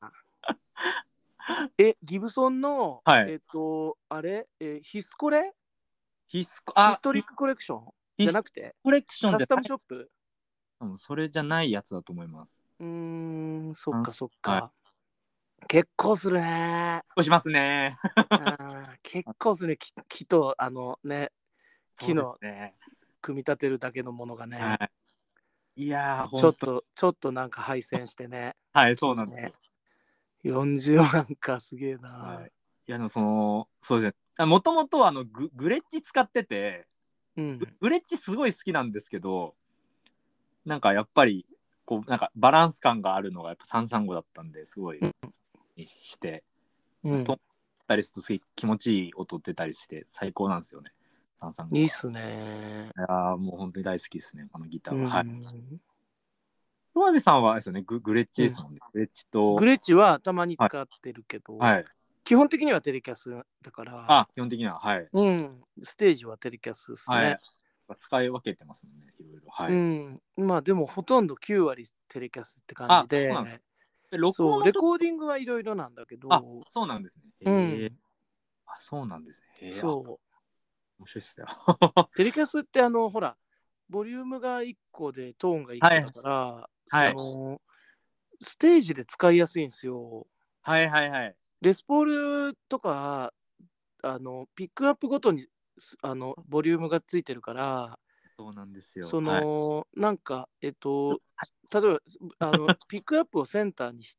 ギブソンの、 はい。 あれ、ヒスコレヒスコ、 ヒストリックコレクションじヒスゃなくて、 コレクションカスタムじゃない。 ショップ？ それじゃないやつだと思います。 そっかそっはい。 か。結構するね。 こうしますね。 結構する木とそうです木のね。 組み立てるだけのものがね、 はい。いやー、 ちょほんと、 ちょっとなんか配線してね、 はい、 木にね、 そうなんですよ。 40万かすげえな。 はい。いや、そうですね。もともとグレッチ使ってて、 うん。 グレッチすごい好きなんですけど、なんかやっぱり、こう、なんかバランス感があるのがやっぱ335だったんで、すごいして、 うん。 飛んだりするとすごい気持ちいい音出たりして最高なんですよね。335は。 いいっすね。 いやーもう本当に大好きですね、このギターうは。はい。 ん。 戸上さんはあれですよね、グレッチうん。 ですもんね。グレッチと、 グレッチはたまにはい。 使ってるけど、 はい。 基本的にはテレキャスだから、 あ、基本的には、はい。 うん。ステージはテレキャスですね。 はい。使い分けてますもんね、いろいろ。はい。 うん。まあでもほとんど9割テレキャスって感じあ、そうなんですか。 で、 録そう、 音の時、 レコーディングはいろいろなんだけあ、 ど、 そうなんですね。 うへえ。 ん。 あ、そうなんですね。へえ、あ、 そう。 面白いっすよ。 テレキャスってほら、ボリュームが1個でトーンが1 はい。 個だから、 はい。 ステージで使いやすいんですよ。 はいはいはい。 レスポールとか、ピックアップごとに、ボリュームがついてるから、 そうなんですよ。はい。 なんか、例えば、ピックアップをセンターにして、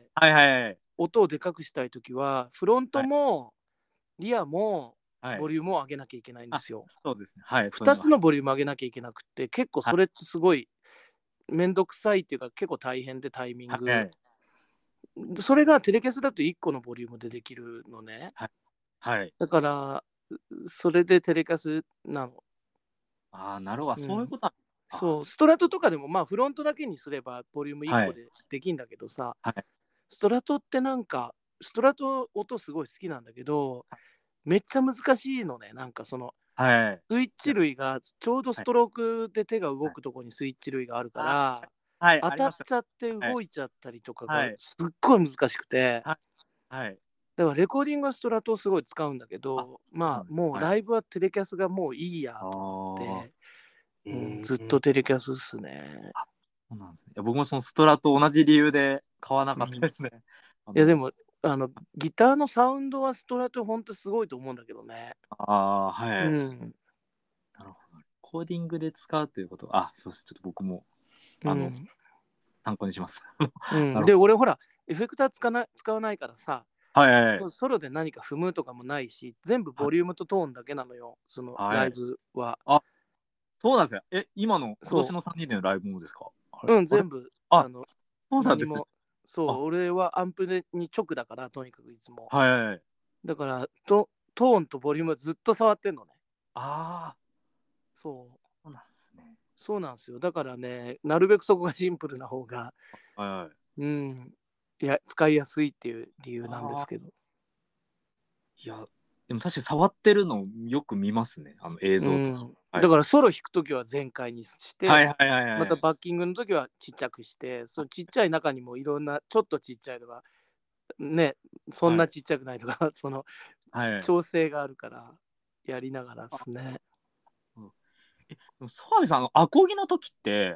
はいはいはい。 音をでかくしたいときは、フロントはい。 もリアもはい。 ボリュームを上げなきゃいけないんであ、 すよ。 そうですね。はい、そういう 2 の。 つのボリューム上げなきゃいけなくって、結構はい。 それってすごいめんどくさいっていうか、結構大変でタイミング。 はいはい。 それがテレキャスだと1個のボリュームでできるのね。 はい。はい。 だから、それでテレキャスなの。 ああ、なるほど。 うん。 そういうことなん、あそう、ストラトとかでも、まあ、フロントだけにすれば、ボリューム1 はい。 個でできんだけどさ、 はい。 ストラトってなんか、ストラト音すごい好きなんだけど、めっちゃ難しいのね。なんかはい。 スイッいや、 チ類がちょうどはい。 ストロークで手が動はい。 くとこにスイッチ類があるかああ、 ら、 はい、 当たっありますよ。 ちゃってはい。 動いちゃったりとかがはい。 すっごい難しくて、 はい。はい。 だからレコーディングはストラトをすごい使うんだけあ、 ど、まあそうなんです。はい。 もうライブはテレキャスがもういいやと思っああ、 て、ずっとええ、 テレキャスっすね。 あ、そうなんですね。いや、僕もそのストラと同じ理由で買わなかったうん、 ですね。あいやでの、 も、ギターのサウンドはストラトほんとすごいと思うんだけどね。 ああ、はい。 うん。 なるほど。コーディングで使うということ、あ、そうです。ちょっと僕も、あの、 うん。 参考にします。 うん。 なるほで、俺ほら、エフェクター使わないからさ、 ど。はいはいはい。 ソロで何か踏むとかもないし、全部はい。 ボリュームとトーンだけなのよ、そのライはい。 ブは。 あ、そうなんですよ。今年その3人でのライブもですか？あれ、 う。うん、 あれ、 全部、 あ、そうなんですね。 何も、そあ、 う、俺はアンプに直だから、とにかくいつも。 はいはいはい。 だから、トーンとボリュームずっと触ってんのね。 ああ、 そう。 そうなんですね。 そうなんですよ。だからね、なるべくそこがシンプルな方が、 はいはい。 うん、いや、使いやすいっていう理由なんでああ、 すけど。 いや、でも確かに触ってるのよく見ますね。映像とか。 うん。 はい。 だからソロ弾くときは全開にして、 はいはいはいはい。 またバッキングのときはちっちゃくして、そのちっちゃい中にもいろんな、ちょっとちっちゃいとか、ね、そんはい。 なちっちゃくないとか、 はい。 調整があるから、やりながらであ、 すね。 うん。でも澤部さん、アコギの時って、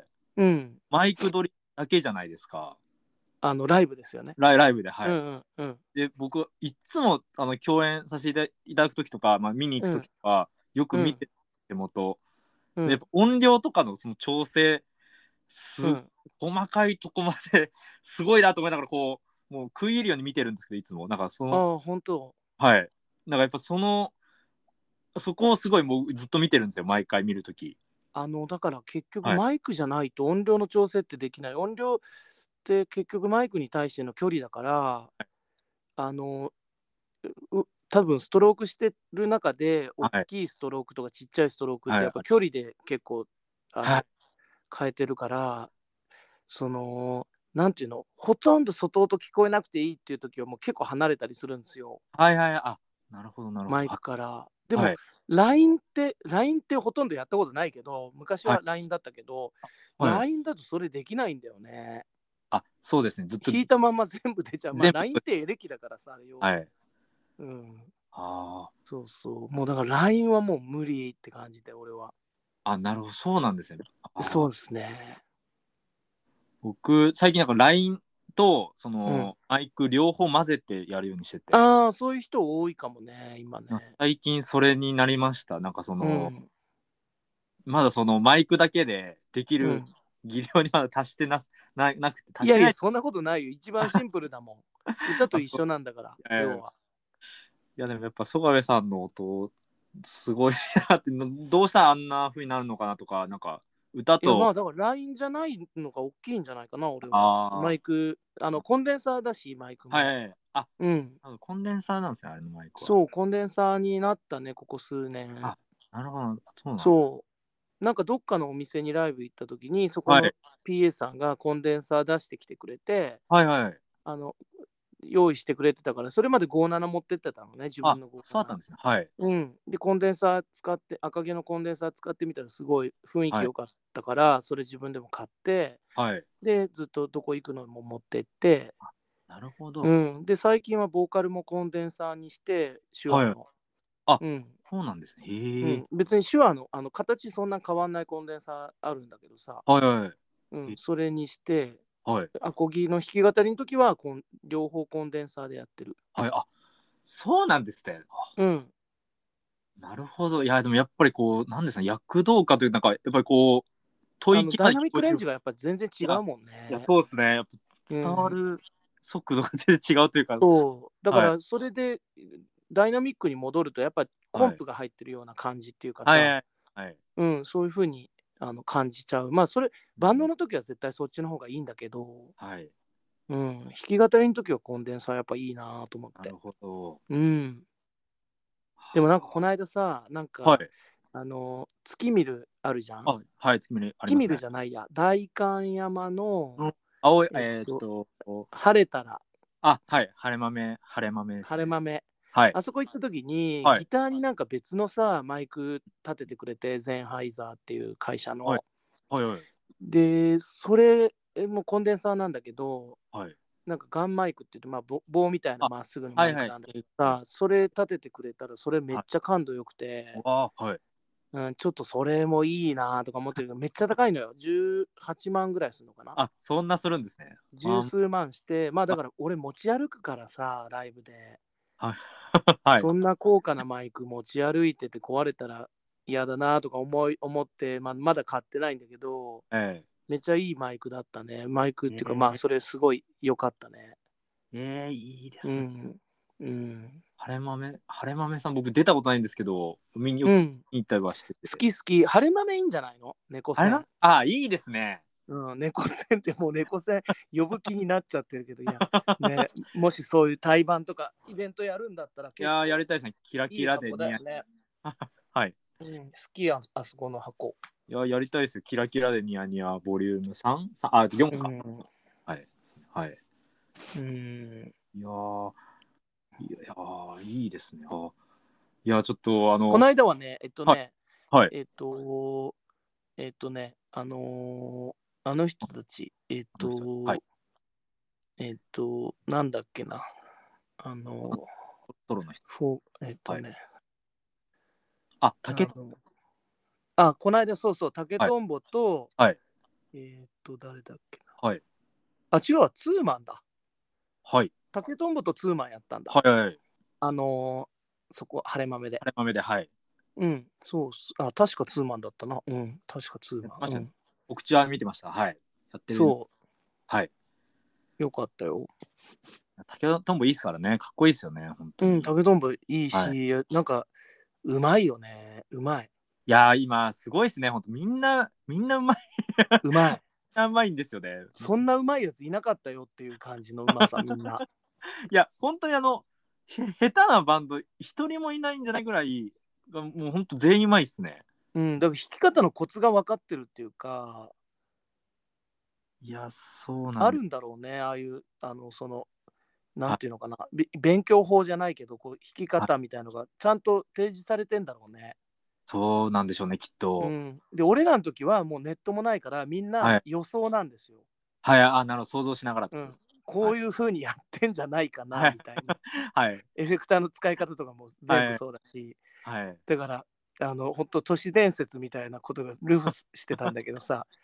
うん。 マイク取りだけじゃないですか。 ライブですよね。 ライブで、はい。 うんうんうん。 で、僕、いつも、共演させていただく時とか、まあ、見に行くうん時とか、よくうん見て、手元。やっぱうん音量とかのその調整、すうん。 細かいとこまですごいなと思いながら、こう、もう食い入るように見てるんですけど、いつも。なんかああ、本当。 はい。なんかやっぱそこをすごいもうずっと見てるんですよ、毎回見るとき。 だから結局はい。 マイクじゃないと音量の調整ってできない。音量って結局マイクに対しての距離だから、あの、多分ストロークしてる中で、大はい。 きいストロークとかちっちゃいストロークっはい。 てやっぱ距離で結構、あの、 はい。 変えてるから、その、なんていうの、ほとんど外音聞こえなくていいっていう時はもう結構離れたりするんですよ、 はいはいはい。あ、なるほどなるほど。 マイクから。でも、 はい。 ラインってほとんどやったことないけど、昔はい。 はラインだったけど、 はい。 ラインだとそれできないんだよね。 あ、そうですね。ずっと弾いたまま全部出ちゃう。まあ、 全部、 ラインってエレキだからさ、あれ要は。 はい。 うん。 あそうそう。もうだから LINE はもう無理って感じで、俺は。 あ。あ、なるほど、そうなんですね。ああ。 そうですね。 僕、最近なんか LINE とその、マイク両方混ぜてやるようにしてて。 ああ、そういう人多いかもね、今ね。 最近それになりました。なんかその、 うん。 まだそのマイクだけでできるうん。 技量にまだ達してなくて、 いやいや、 達してない。 そんなことないよ。一番シンプルだもん。歌とあ、 一緒なんだから、要は。 いやでもやっぱ曽我部さんの音すごいなって、どうしたらあんな風になるのかなとか、なんか歌いや、まと、 あ、だから LINE じゃないのが大きいんじゃないかな、俺は。マあイク、コンデンサーだし、マイクあ、はいも。 はいはい。あ、 うん。 コンデンサーなんですね、あれのマイクは。 そう、コンデンサーになったね、ここ数年。 あ、なるほど、そうなんですね。 そう。なんかどっかのお店にライブ行った時に、そこはい。 の PA さんがコンデンサー出してきてくれて、 はいはい。 あの、用意してくれてたから、それまで57持ってってたのね、自あ、 分の57。 そうだったんですね。はい。 うん。で、コンデンサー使って、赤毛のコンデンサー使ってみたらすごい雰囲気はい。 良かったから、それ自分でも買って、 はい。 で、ずっとどこ行くのも持ってって、 あ、なるほど。 うん。で、最近はボーカルもコンデンサーにして、手話はい。 の。 あ、 うん。 そうなんですね。へえ。 うん。別に手話の、形そんな変わんないコンデンサーあるんだけどさ、 はいはい。 うん。 え、 それにして、 はい。 アコギの弾き語りの時は両方コンデンサーでやってる。 はい。あ、そうなんですね。あ、 うん。 なるほど。いや、でもやっぱりこう、なんですかね、躍動感という、なんか、やっぱりこう、吐息までダイナミック聞こえてる。 レンジがやっぱ全然違いや、 うもんね。 そうですね。やっぱ伝わうん。 る速度が全然違うというか、 そう。だかはい。 らそれでダイナミックに戻るとやっぱコはい。 ンプが入ってるような感じっていうかさ、 はいはい。はい。 うん、そういう風に感じちゃう。まあそれ、 うん。 バンドの時は絶対そっちの方がいいんだけど、 はい。 うん、弾き語りの時はコンデンサーやっぱいいなと思って。 なるほど。 うん。でもなんかこはの間さ、なんあ。はか、 い。 月見るあるじゃん。 あ、はい、月見あり月見るますね。 じゃないや、代官山の、 うん。青い、 えっと、 お、 晴れたら、 あ、はい、晴れ豆ですね。 晴れ豆。 はい。 あそこ行った時に、 はい。 ギターになんか別のさ、マイク立ててくれて、ゼンハイザーっていう会社はい。 の。 はいはい。 で、それもコンデンサーなんだけど、 はい。 なんかガンマイクって言って、まあ、棒みたいなあ、 まっすぐのはいはい。 マイクなんだけどさ、それ立ててくれたら、それめっはい。 ちゃ感度良くて、 わあ、はい。 うん、ちょっとそれもいいなとか思ってるけど、めっちゃ高いのよ。18万ぐらいするのかな。 あ、そんなするんですね。あ、 十数万して、まあだから俺持ち歩くからさ、ライブで。 はい。はい。 そんな高価なマイク持ち歩いてて壊れたら嫌だなとか思って、まだ買ってないんだけど、 えめっちゃいいマイクだったね。マイクっえ。 ていうか、まあそれすごい良かったね。 いいですね。 うん。うん。 晴れ豆さん、僕出たことないんですけど、よくうん。 見に行ったりはしてて。 好き好き。晴れ豆いいんじゃないの、猫線。 あ、いいですね。 うん、猫線ってもう猫線呼ぶ気になっちゃってるけど、いや、ね、もしそういう対バンとかイベントやるんだったらいやー、や結構りたいですね。キラキいいラでニヤ。 箱だよね。 はい。 うん、好きや、あそこの箱。 いや、やりたいですよ。キラキラでニヤニヤボリューム 3? あ、4か。 うん。 はい。はい。 うん。 いやー、いいですね。いや、ちょっと、 この間はね、 はい、はい。 えっと、えっとね、あのあの人たち、 あの人、はい。 なんだっけな、あの、 トロの人。 フォはい。 ね、 あ、 あの、この間、そうそう、竹はい、 とんぼと、 はい、 誰だっけはい、 な。違うわ、ツーマンだ。 はい、 竹とんぼとツーマンやったんだ。 はい、はい。 そこ、晴れ豆で。 晴れ豆で、はい。 うん、確かツーマンだったな。うん、確かツーマン。 やってましたね。 うん、 告知は見てました。はい。やってる。 そはい。 う、よかったよ。 竹とんぼいいですからね。かっこいいですよね。本当うん、 に。 竹とんぼいいはい。 し、なんか、うまいよね。うまい。 いやー、今、すごいですね。本当みんなうまい。 うまい。 みんなうまいんですよね。 そんなうまいやついなかったよっていう感じのうまさ、みんな。 いや、本当に下手なバンド、一人もいないんじゃないぐらい、もう本当全員うまいっすね。 うん、だから弾き方のコツが分かってるっていうか、 いや、そうなんです。 あるんだろうね。ああいう、なはい。 んていうのかな、勉強法じゃないけど、こう弾きはい。 方みたいのがちゃんと提示されてんだろうね。 そうなんでしょうね、きっと。 うん。で、俺らの時はもうネットもないから、みんなはい。 予想なんですよ。 はい、あ、なるほど、想像しながらってうん。 ことです。はい。 こういう風にやってんじゃないかな、 はい。 みたいな。 はい。 エフェクターの使い方とかも全部はい。 そうだし、 はい。 だから、本当都市伝説みたいなことがルフしてたんだけどさ、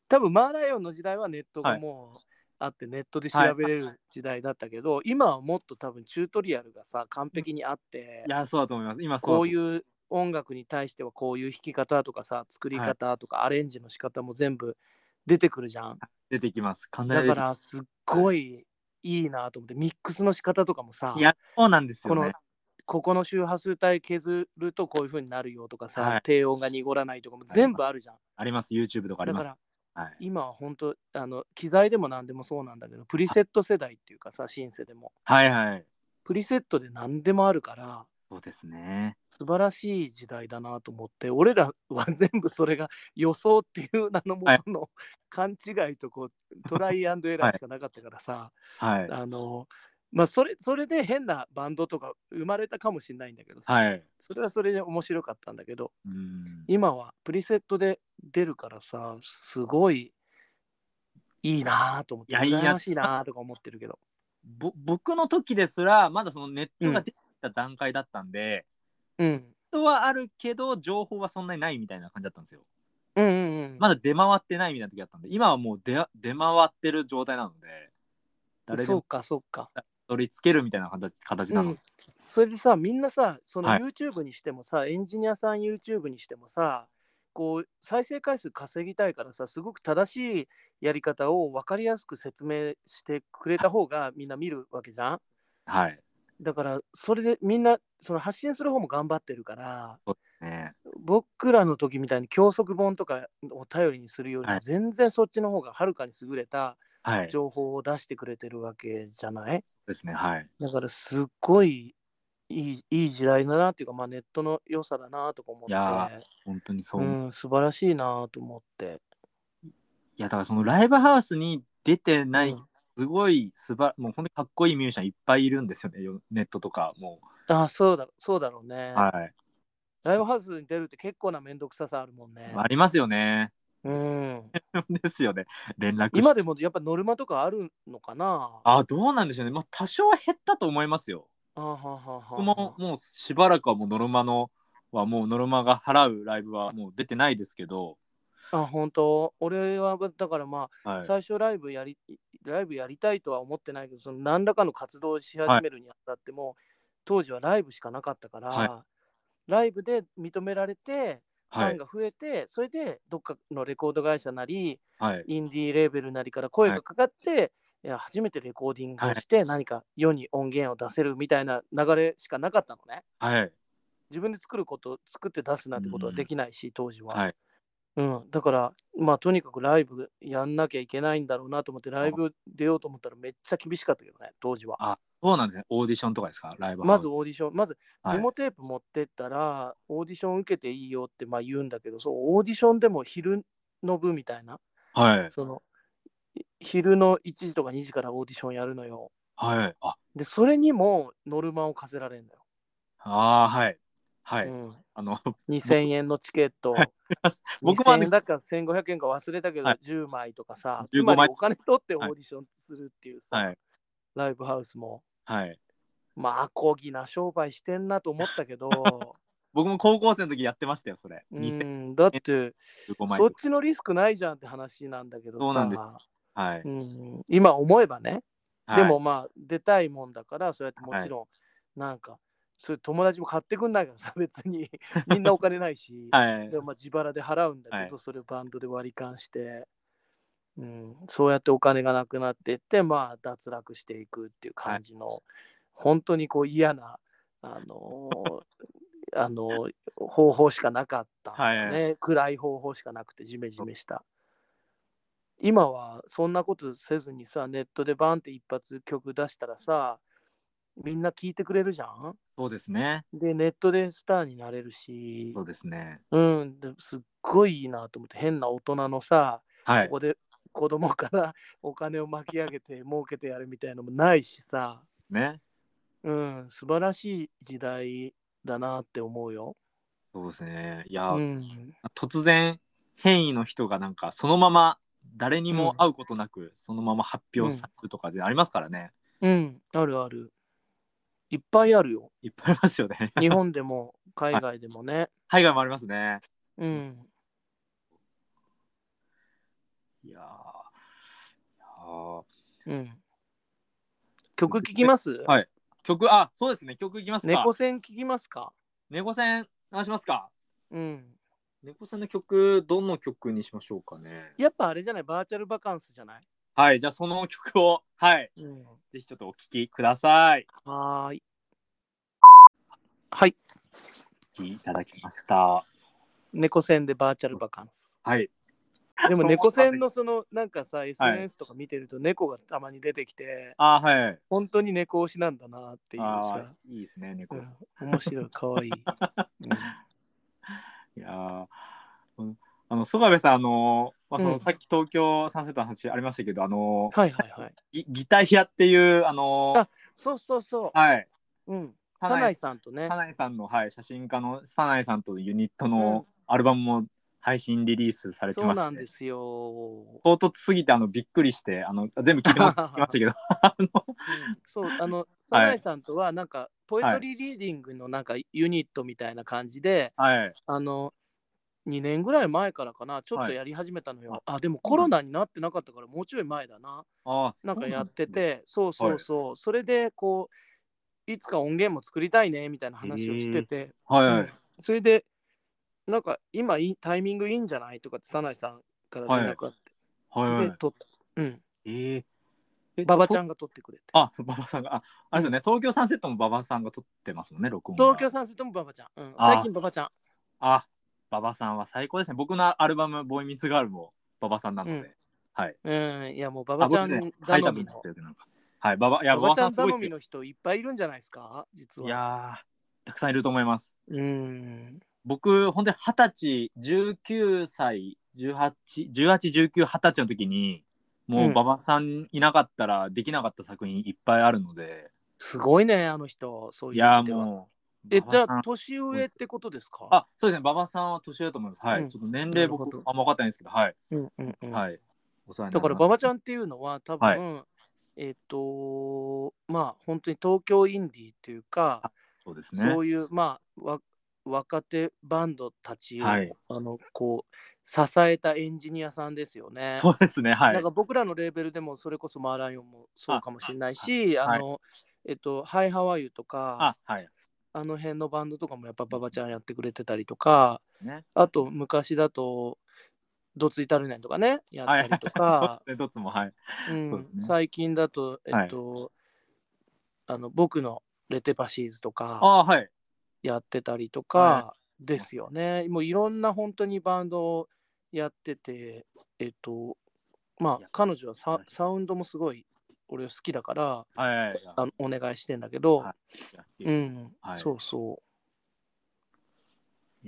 多分マーライオンの時代はネットがはい。 もうあってネットではい。 調べれる時代だったけど、今はもっと多分チュートリアルがさ完い璧にあって、 や、そうだと思います。今そうだと思こういう音楽に対してはこういう弾き方とかさ、作う。 りはい。 方とかアレンジの仕方も全部出てくるじゃん。 出てきます。簡単だに出てきからすっはい。 ごいいいなと思って、ミックスの仕方とかもさ、 いや、そうなんですこのよね。 ここの周波数帯削るとこういう風になるよとかさ、 はい。 低音が濁らないとかもあります。 全部あるじゃん。 あります。YouTube とかあります。 だからはい。 今は本当機材でも何でもそうなんだけど、プリセット世代っていうかさ、シンセでもはいはい。 プリセットで何でもあるから、 そうですね。 素晴らしい時代だなと思って、俺らは全部それが予想っていう名のもはい。 との勘違いとこうトライアンドエラはい。 ーしかなかったからさ、 はい。 あの、まあそれで変なバンドとか生まれたかもしれないんだけどさ、 はい。 それはそれで面白かったんだけど、 うん。 今はプリセットで出るからさ、すごいいいなと思って、 いや、いいな。 羨ましいなとか思ってるけど。 僕の時ですら、まだそのネッうん、 トが出てきた段階だったんで、 うん、 ネットはあるけど、情報はそんなにないみたいな感じだったんですよ。 うんうんうん。 まだ出回ってないみたいな時だったんで、今はもう出回ってる状態なので、誰でもそうか、そうか。 取り付けるみたいな形なの。 うん。それでさ、みんなさ、そのはい。 YouTube にしてもさ、エンジニアさん YouTube にしてもさ、こう、再生回数稼ぎたいからさ、すごく正しいやり方を分かりやすく説明してくれた方がみんな見るわけじゃん。 はい。 だから、それでみんな、その発信する方も頑張ってるから、 そうですね。 僕らの時みたいに教則本とかを頼りにするよりも、 はい。 全然そっちの方がはるかに優れたはい。 情報を出してくれてるわけじゃない。 ですね。はい。 だからすっごいいい時代だなっていうか、まあ、ネットの良さだなとか思っいやて、 ー、本当にそう。 うん、素晴らしいなと思って。 いや、だからそのライブハウスに出てない、 うん。 すごいもう本当にかっこいいミュージシャンいっぱいいるんですよね。ネットとかもう。 あ、そうだろうね。 はい。 ライブハウスに出るって結構なめんどくささあるもんね。 ありますよね。 うん。 ですよね。連絡して。 今でもやっぱノルマとかあるのかな。 あ、どうなんでしょうね。まあ、多少は減ったと思いますよ。 あははは僕もは。 もうしばらくはもうノルマが払うライブはもう出てないですけど、 あ、本当。俺はだからまあ、 はい。 最初ライブやりたいとは思ってないけど、その何らかの活動をしはい。 始めるにあたっても、当時はライブしかなかったかはい。 ら、ライブで認められて、フはい。 ァンが増えて、それでどっかのレコード会社なり、 はい。 インディーレーベルなりから声はい。 がかかって、いや初めてレコーディングはい。 をして何か世に音源を出せるみたいな流れしかなかったのね。 はい。 自分で作って出すなんてことはでうん。 きないし、当時は。 はい。 うん、だから、まあ、とにかくライブやんなきゃいけないんだろうなと思って、ライあ、 ブ出ようと思ったらめっちゃ厳しかったけどね、当時は。 そうなんですね。オーディションとかですか？ライブハまウス。 ずオーディション、まずはい。 デモテープ持ってったら、オーディション受けていいよってまあ言うんだけど、そう、オーディションでも昼の部みたいな、 はい。 その、昼の1時とか2時からオーディションやるのよ。 はい。 で、それにもノルマを課せられるのよ。 はい。はい。 うん。 あの、 2000円のチケッはい。 ト、2000 僕も円だか1500円か忘れたけど、 はい。 10枚とかさ、つ 15枚。 まりお金取ってオはい。 ーディションするっていうさ、 はい。 ライブハウスも。 はい。 まあ、こぎな商売してんなと思ったけど、 僕も高校生の時やってましたよ、それ。2000 だっ円て、 15枚とか。 そっちのリスクないじゃんって話なんだけどそうなんです。 さ、 はい。 今思えばね、ではい。 もまあ、出たいもんだから、そうやってもはい。 ちろん、なんか、そういう友達も買ってくんないからさ、別にみんなお金ないし、 はい。 でもまあ自腹で払うんだはい。 けど、それをバンドで割り勘して、そうやってお金がなくなっていって、まあ、脱落していくっていうはい。 感じの、本当にこう嫌な、あのあの方法しかなかったんだよはい。 ね。暗い方法しかなくて、ジメジメした。今はそんなことせずにさ、ネットでバンって一発曲出したらさ、みんな聞いてくれるじゃん。 そうですね。 で、ネットでスターになれるし、 そうですね。 すっごいいいなと思って、変な大人のさ、 はい。 ここで子供からお金を巻き上げて儲けてやるみたいなのもないしさ、 ね。 素晴らしい時代だなって思うよ。 そうですね。いうや、 ん、 突然変異の人がなんかそのまま誰にうん、 も会うことなくそのまま発うん、 表されるとかでありますからね。 あるある。いっぱいあるよ。 いっぱいありますよね。 日本でも海はい。 外でもね。 海外もありますね。 うん、 いやうん。曲聴きます？ はい。曲、そうですね。曲いきますか。 猫線聴きますか？ 猫線流しますか。 うん。 猫線の曲、どの曲にしましょうかね。 やっぱあれじゃない、バーチャルバカンスじゃない？ はい、じゃあその曲を、はい。 うん。 ぜひちょっとお聴きください。 はーい。はい。 お聴きいただきました。 猫線でバーチャルバカンス。 はい。 でも猫線のそのなんかさ、 はい、 SNS とか見てると猫がたまに出てきて、 はい。 本当に猫推しなんだなっていうさ。 いいですね、猫さん。面白い、かわいい。 いや曽我部さん、そのさっき東京サンセットの話ありましたけど、 はいはいはい。 ギター屋っていう、 そうそうそう。 はい。 サナイさんとね。 サナイさんの、はい、写真家のサナイさんとユニットのアルバムも配信リリースされてまして、 そうなんですよ。 唐突すぎてびっくりして全部聞いてましたけどそうサナイさんとはなんかポエトリーリーディングのなんかユニットみたいな感じで、 はい、 2年ぐらい前からかな、ちょっとやり始めたのよ。でもコロナになってなかったからもうちょい前だな。なんかやってて、そうそうそう、それでこういつか音源も作りたいねみたいな話をしてて、それでなんか今タイミングいいんじゃないとかってサナイさんから連絡あって、で撮った。馬場ちゃんが撮ってくれて。 馬場さんが、あれですよね、東京サンセットも馬場さんが撮ってますもんね、録音。 東京サンセットも馬場ちゃん。最近馬場ちゃん。 馬場さんは最高ですね。僕のアルバム、ボーイミツガールも馬場さんなので。はい。 いやもう馬場ちゃん頼みの。 はい、馬場さん頼みの人いっぱいいるんじゃないですか、実は。 いやたくさんいると思います。 僕、 本当に20歳、19歳、18、19、20歳の時に、もう馬場さんいなかったらできなかった作品いっぱいあるので。 すごいね、あの人、そういう意味では。 もうじゃあ、年上ってことですか？ そうですね、馬場さんは年上だと思います。はい。ちょっと年齢僕、あんま分かってないんですけど、はい。はい。 だから、馬場ちゃんっていうのは、多分、まあ、本当に東京インディーっていうか、 そうですね。 そういう、まあ、若手バンドたちを、こう、支えたエンジニアさんですよね。 そうですね、はい。 なんか僕らのレーベルでも、それこそマーライオンもそうかもしれないし、ハイハワイユとか、あの辺のバンドとかもやっぱ馬場ちゃんやってくれてたりとか、あと昔だとドツイタルネンとかねやったりとか、 ドツもはい。 最近だと僕のレテパシーズとかやってたりとかですよね。もういろんな本当にバンドをやってて、まあ彼女はサウンドもすごい俺好きだからお願いしてんだけど、そうそう。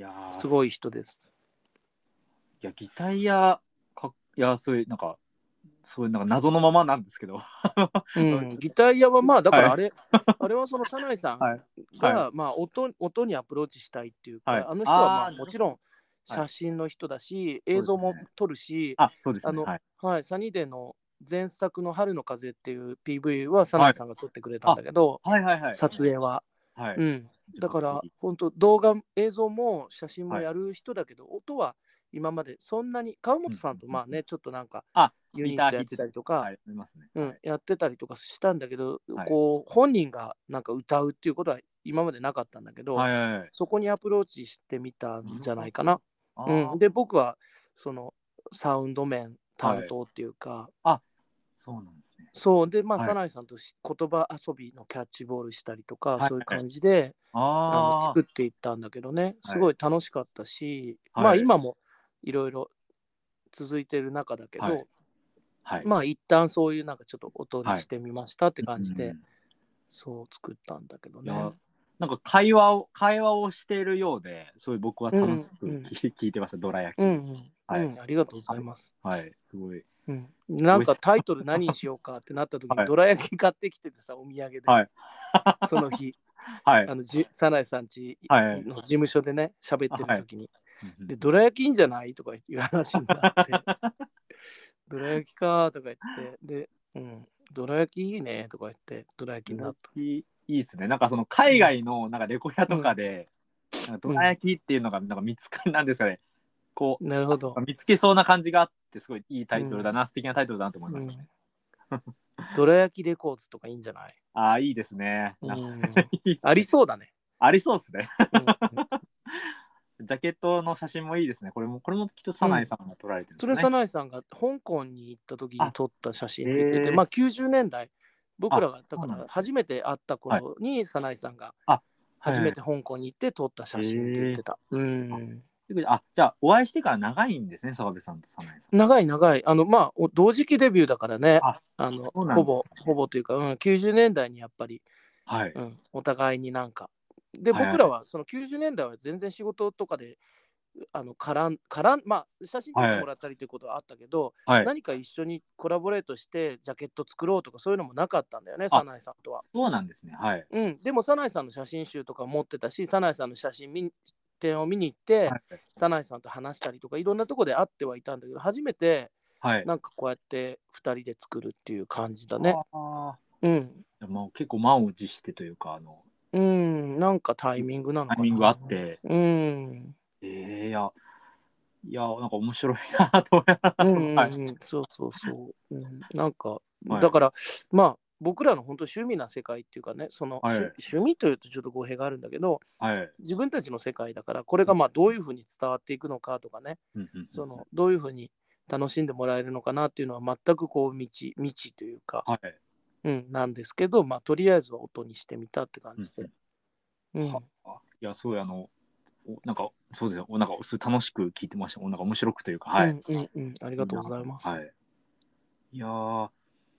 すごい人です。 いや、ギターや、そういうなんか謎のままなんですけど。 ギター屋はまあだからあれはそのサナイさんがまあ音にアプローチしたいっていうか、あの人はまあもちろん写真の人だし、映像も撮るし、サニーデーの前作の春の風っていう PV はサナイさんが撮ってくれたんだけど、撮影は。だから本当動画映像も写真もやる人だけど、音は今までそんなに川本さんとまあねちょっとなんかユニットやってたりとかやってたりとかしたんだけど、こう本人がなんか歌うっていうことは今までなかったんだけど、そこにアプローチしてみたんじゃないかな。で僕はそのサウンド面担当っていうか、 そうなんですね。 そうでまあサナイさんと言葉遊びのキャッチボールしたりとか、そういう感じで作っていったんだけどね、すごい楽しかったし、まあ今もいろいろ続いてる中だけど、まあ一旦そういうなんかちょっと音にしてみましたって感じで、そう作ったんだけどね。 なんか会話をしているようで、そういう僕は楽しく聞いてました、どら焼き。 ありがとうございます。 はい、すごい。 なんかタイトル何にしようかってなった時に、どら焼き買ってきててさ、お土産で、その日、サナイさんちの事務所でね、喋ってる時に、で、どら焼きいいんじゃないとかいう話になって、どら焼きかとか言って、で、どら焼きいいねとか言って、どら焼きになった。 いいですね。なんかその海外のなんかレコヤとかで、どら焼きっていうのがなんか見つかりなんですかね。 こなるほど。 う見つけそうな感じがあってすごいいいタイトルだな、素敵なタイトルだなと思いましたね。 どら焼きレコーズとかいいんじゃない？ ああ、いいですね。いいっすね。 ありそうだね。 ありそうですね。 うんジャケットの写真もいいですね。これもきっと早苗さんが撮られてるんですそれ、 かね。 早苗さんが香港に行った時に撮った写真って言ってて、 へーまあ90年代、僕らがだからそうなんですね初めて会った頃に早苗さんが初めて香港に行って撮った写真って言ってた。 じゃあお会いしてから長いんですね、澤部さんと早苗さん。 長い長い。まあ、同時期デビューだからね。 そうなんですね。 ほぼというか、90年代にやっぱり、 はい。 お互いになんか。で、 はいはい僕らはその90年代は全然仕事とかで、まあ、写真撮ってもらったりということはあったけど、 はい。 何か一緒にコラボレートしてジャケット作ろうとかそういうのもなかったんだよね、早苗さんとは。 そうなんですね。はい。 でも、早苗さんの写真集とか持ってたし、早苗さんの写真展を見に行って、 はい。 早苗さんと話したりとか、いろんなとこで会ってはいたんだけど、初めてはい。 なんかこうやって2人で作るっていう感じだね。 あうん。 結構満を持してというか、 なんかタイミングなのかな。 タイミングがあって、いや、なんか面白いなと思います。はい。 そうそうそう。なんか、 はい。 だから、まあ、僕らの本当趣味な世界っていうかね、 はい。 趣味というとちょっと語弊があるんだけど、 はい。 自分たちの世界だから、これがまあどういうふうに伝わっていくのかとかね、どういうふうに楽しんでもらえるのかなっていうのは全くこう未知というか、 はい。 なんですけど、まあとりあえずは音にしてみたって感じで。 いや、すごいなんか、そうですよ。なんか、すごい楽しく聞いてました。なんか面白くというか、はい。 ありがとうございます。 はい。いやー、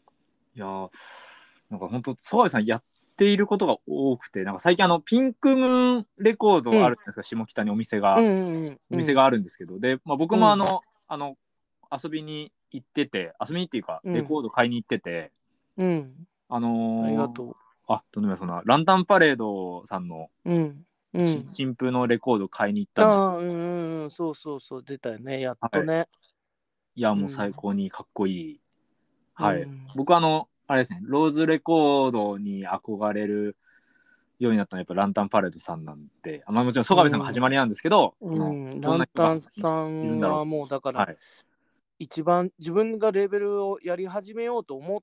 なんか本当、澤部さんやっていることが多くて、なんか最近ピンクムーンレコードあるじゃないですか、下北にお店があるんですけど、で、僕も遊びに行ってて、遊びにっていうか、レコード買いに行ってて、 ありがとう。 とんでもない、そんな、ランタンパレードさんの新風のレコード買いに行ったんです。 そうそうそう、出たよね、やっはい。 とね。 いや、もう最高にかっこいい。はい。僕あれですね、ローズレコードに憧れるようになったのはやっぱランタンパレードさんなんで、もちろん曽我部さんが始まりなんですけど、どんな人がランタンさんいるんだろう。 はもうだから、 はい。 一番自分がレベルをやり始めようと思った、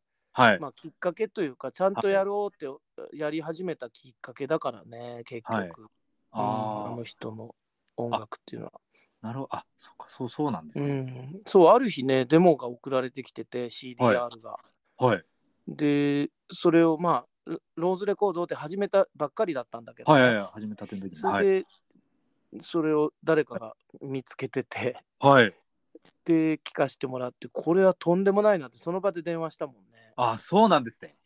はい。 まあ、きっかけというか、ちゃんとはい。 やろうってやり始めたきっかけだからね、結はい。 局。ああの人の音楽っていうのは。 なるほど。そっか、そうなんですね。 そう、ある日ね、デモが送られてきてて、 はい。 CDR が。 はい。 で、それをまあ、ローズレコードって始めたばっかりだったんだけどね。 はいはいはい。始めたての時に。はい。 それで、それを誰かが見つけてて、 はい。 で、聞かせてもらって、これはとんでもないなって、その場で電話したもんね。 そうなんですね。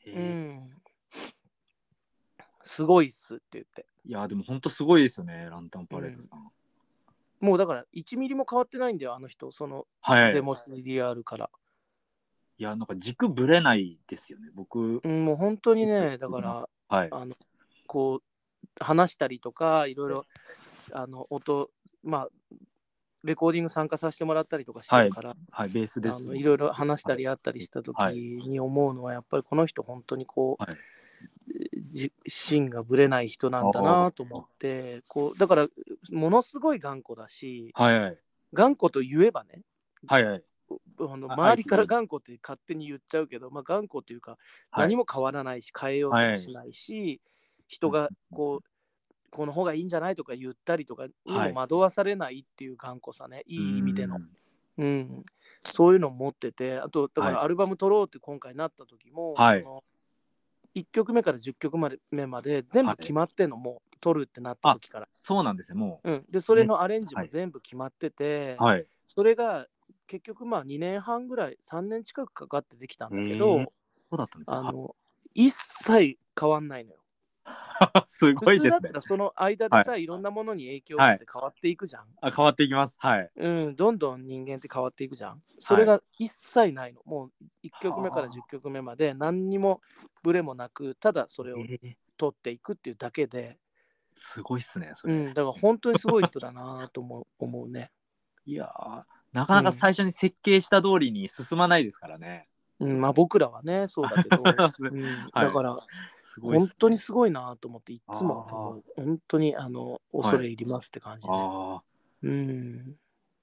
すごいっすって言って。 いや、でも本当すごいですよね、ランタンパレードさん。 もうだから1ミリも変わってないんだよ、あの人、そのはい。 デモ CDR から。 いや、なんか軸ぶれないですよね、僕。 もう本当にね、だから、 はい。 こう、話したりとか、いろいろ、まあ、レコーディング参加させてもらったりとかしてるから、 はい、ベースですもん。 いろいろ話したりあったりした時はい。 に思うのは、やっぱりこの人、本当にこう、 はい。 芯がぶれない人なんだなと思って、だから、ものすごい頑固だし、 はいはい。 頑固と言えばね、 はいはい。 周りから頑固って勝手に言っちゃうけど、まあ、頑固というか、何も変わらないし、変えようともしないし、人がこの方がいいんじゃないとか言ったりとかにも惑わされないっていう頑固さね、いい意味での。そういうのを持ってて、あと、だからアルバム撮ろうって今回なった時も、その1曲目から10曲目まで全部決まってんの、もう撮るってなった時から。 そうなんですね、もう。で、それのアレンジも全部決まってて、それが結局まあ2年半ぐらい、3年近くかかってできたんだけど、 そうだったんですね。 一切変わんないのよ。 すごいですね。 普通だったらその間でさ、いろんなものに影響を受けて変わっていくじゃん。 変わっていきます。はい。 どんどん人間って変わっていくじゃん。それが一切ないの。もう1曲目から10曲目まで何にもブレもなく、ただそれを取っていくっていうだけで。 すごいっすね、それ。 だから本当にすごい人だなと思うね。 いやなかなか最初に設計した通りに進まないですからね。 まあ僕らはね、そうだけど、だから、本当にすごいなと思って、いつも本当に恐れ入りますって感じで。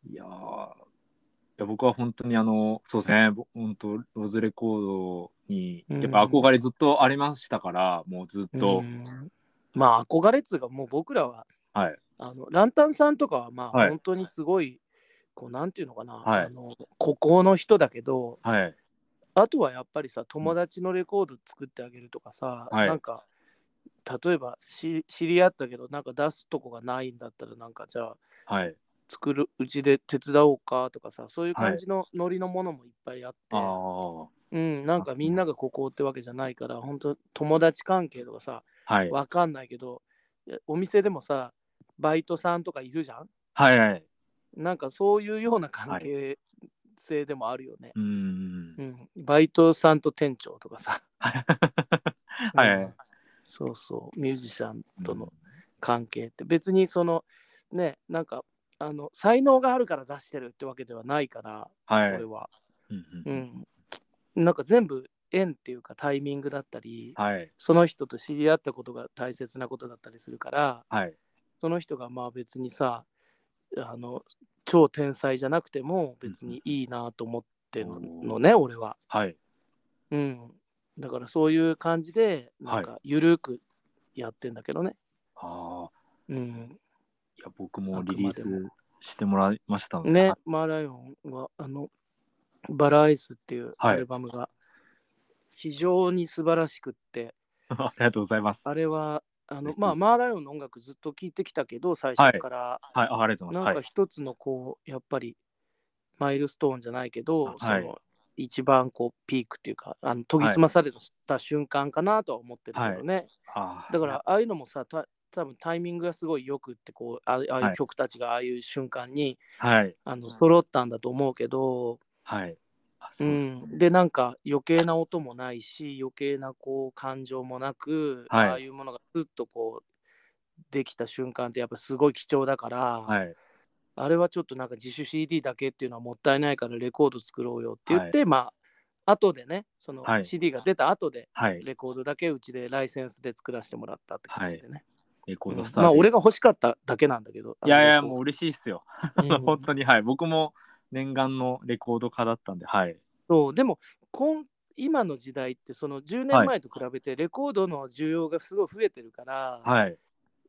いや僕は本当にそうですね、本当ローズレコードにやっぱ憧れずっとありましたから、もうずっと。 まあ憧れっつうか、もう僕らは、 はい。 ランタンさんとかはまあはい。 本当にすごい、こうなんていうのかな、 はい。 孤高の人だけど、 はい。 あとはやっぱりさ、友達のレコード作ってあげるとかさ、 はい。 なんか、例えば知り合ったけど、なんか出すとこがないんだったら、なんかじゃあ、 はい。 作るうちで手伝おうかとかさ、そういうはい。 感じのノリのものもいっぱいあっあて、 あ。 なんかみんなが孤高ってわけじゃないから、本当友達関係とかさ、 はい。 わかんないけど、お店でもさ、バイトさんとかいるじゃん。 はいはい。 なんかそういうような関はい。 係性でもあるよね。 うーん。 バイトさんと店長とかさ、 はい。 そうそう、ミュージシャンうん。 との関係って別にそのね、なんか才能があるから出してるってわけではないから、 はい。 俺は。 うんうんうん。 うん。なんか全部縁っていうかタイミングだったり、 はい。 その人と知り合ったことが大切なことだったりするから、 はい。 その人がまあ別にさ、あの、超天才じゃなくてもうん別にいいなと思ってるうん。おお。 のね、俺は。 はい。 うん。だからそういう感じで、なんはい。 かゆるくやってんだけどね。 ああ。 うん。 いや、僕もあリリースくまでも。 してもらいましたので、 ね、マーライオンは、バラアイスっていうアはい。 ルバムが非常に素晴らしくって、 ありがとうございます。 あれは、まあ、 嬉しいです。 マーライオンの音楽ずっと聴いてきたけど、最はい。 初から、 はい。ありがとうございます。 なんかはい。 一つのこう、やっぱりマイルストーンじゃないけど、そはい。 の一番こうピークっていうか、研ぎはい。 澄まされた瞬間かなとは思ってるけはい。 どね。 ああ、いや、 だから、ああいうのもさ、多分タイミングがすごいよくって、こう、ああいうはい。 曲たちがああいう瞬間に、 はい。 揃ったんだと思うけど、 はい。あ、そうですね。 で、なんか余計な音もないし、余計なこう感情もなく、 はい。 ああいうものがずっとこうできた瞬間ってやっぱすごい貴重だから、 はい。 あれはちょっとなんか自主 CD だけっていうのはもったいないからレコード作ろうよって言っはい。 て、まあ、後でね、そのはい。 CD が出た後で、 はい。 レコードだけうちでライセンスで作らせてもらったって感はい。 じでね。 レコードスタまあ、 ーで。 俺が欲しかっただけなんだけど、 いやいや、 レコード。 もう嬉しいっすよ。 う本ん。 当に、はい。僕も念願のレコード家だったんで、はい。 そう、でも、今の時代ってその10年はい。 前と比べてレコードの需要がすごい増えてるから、 はい。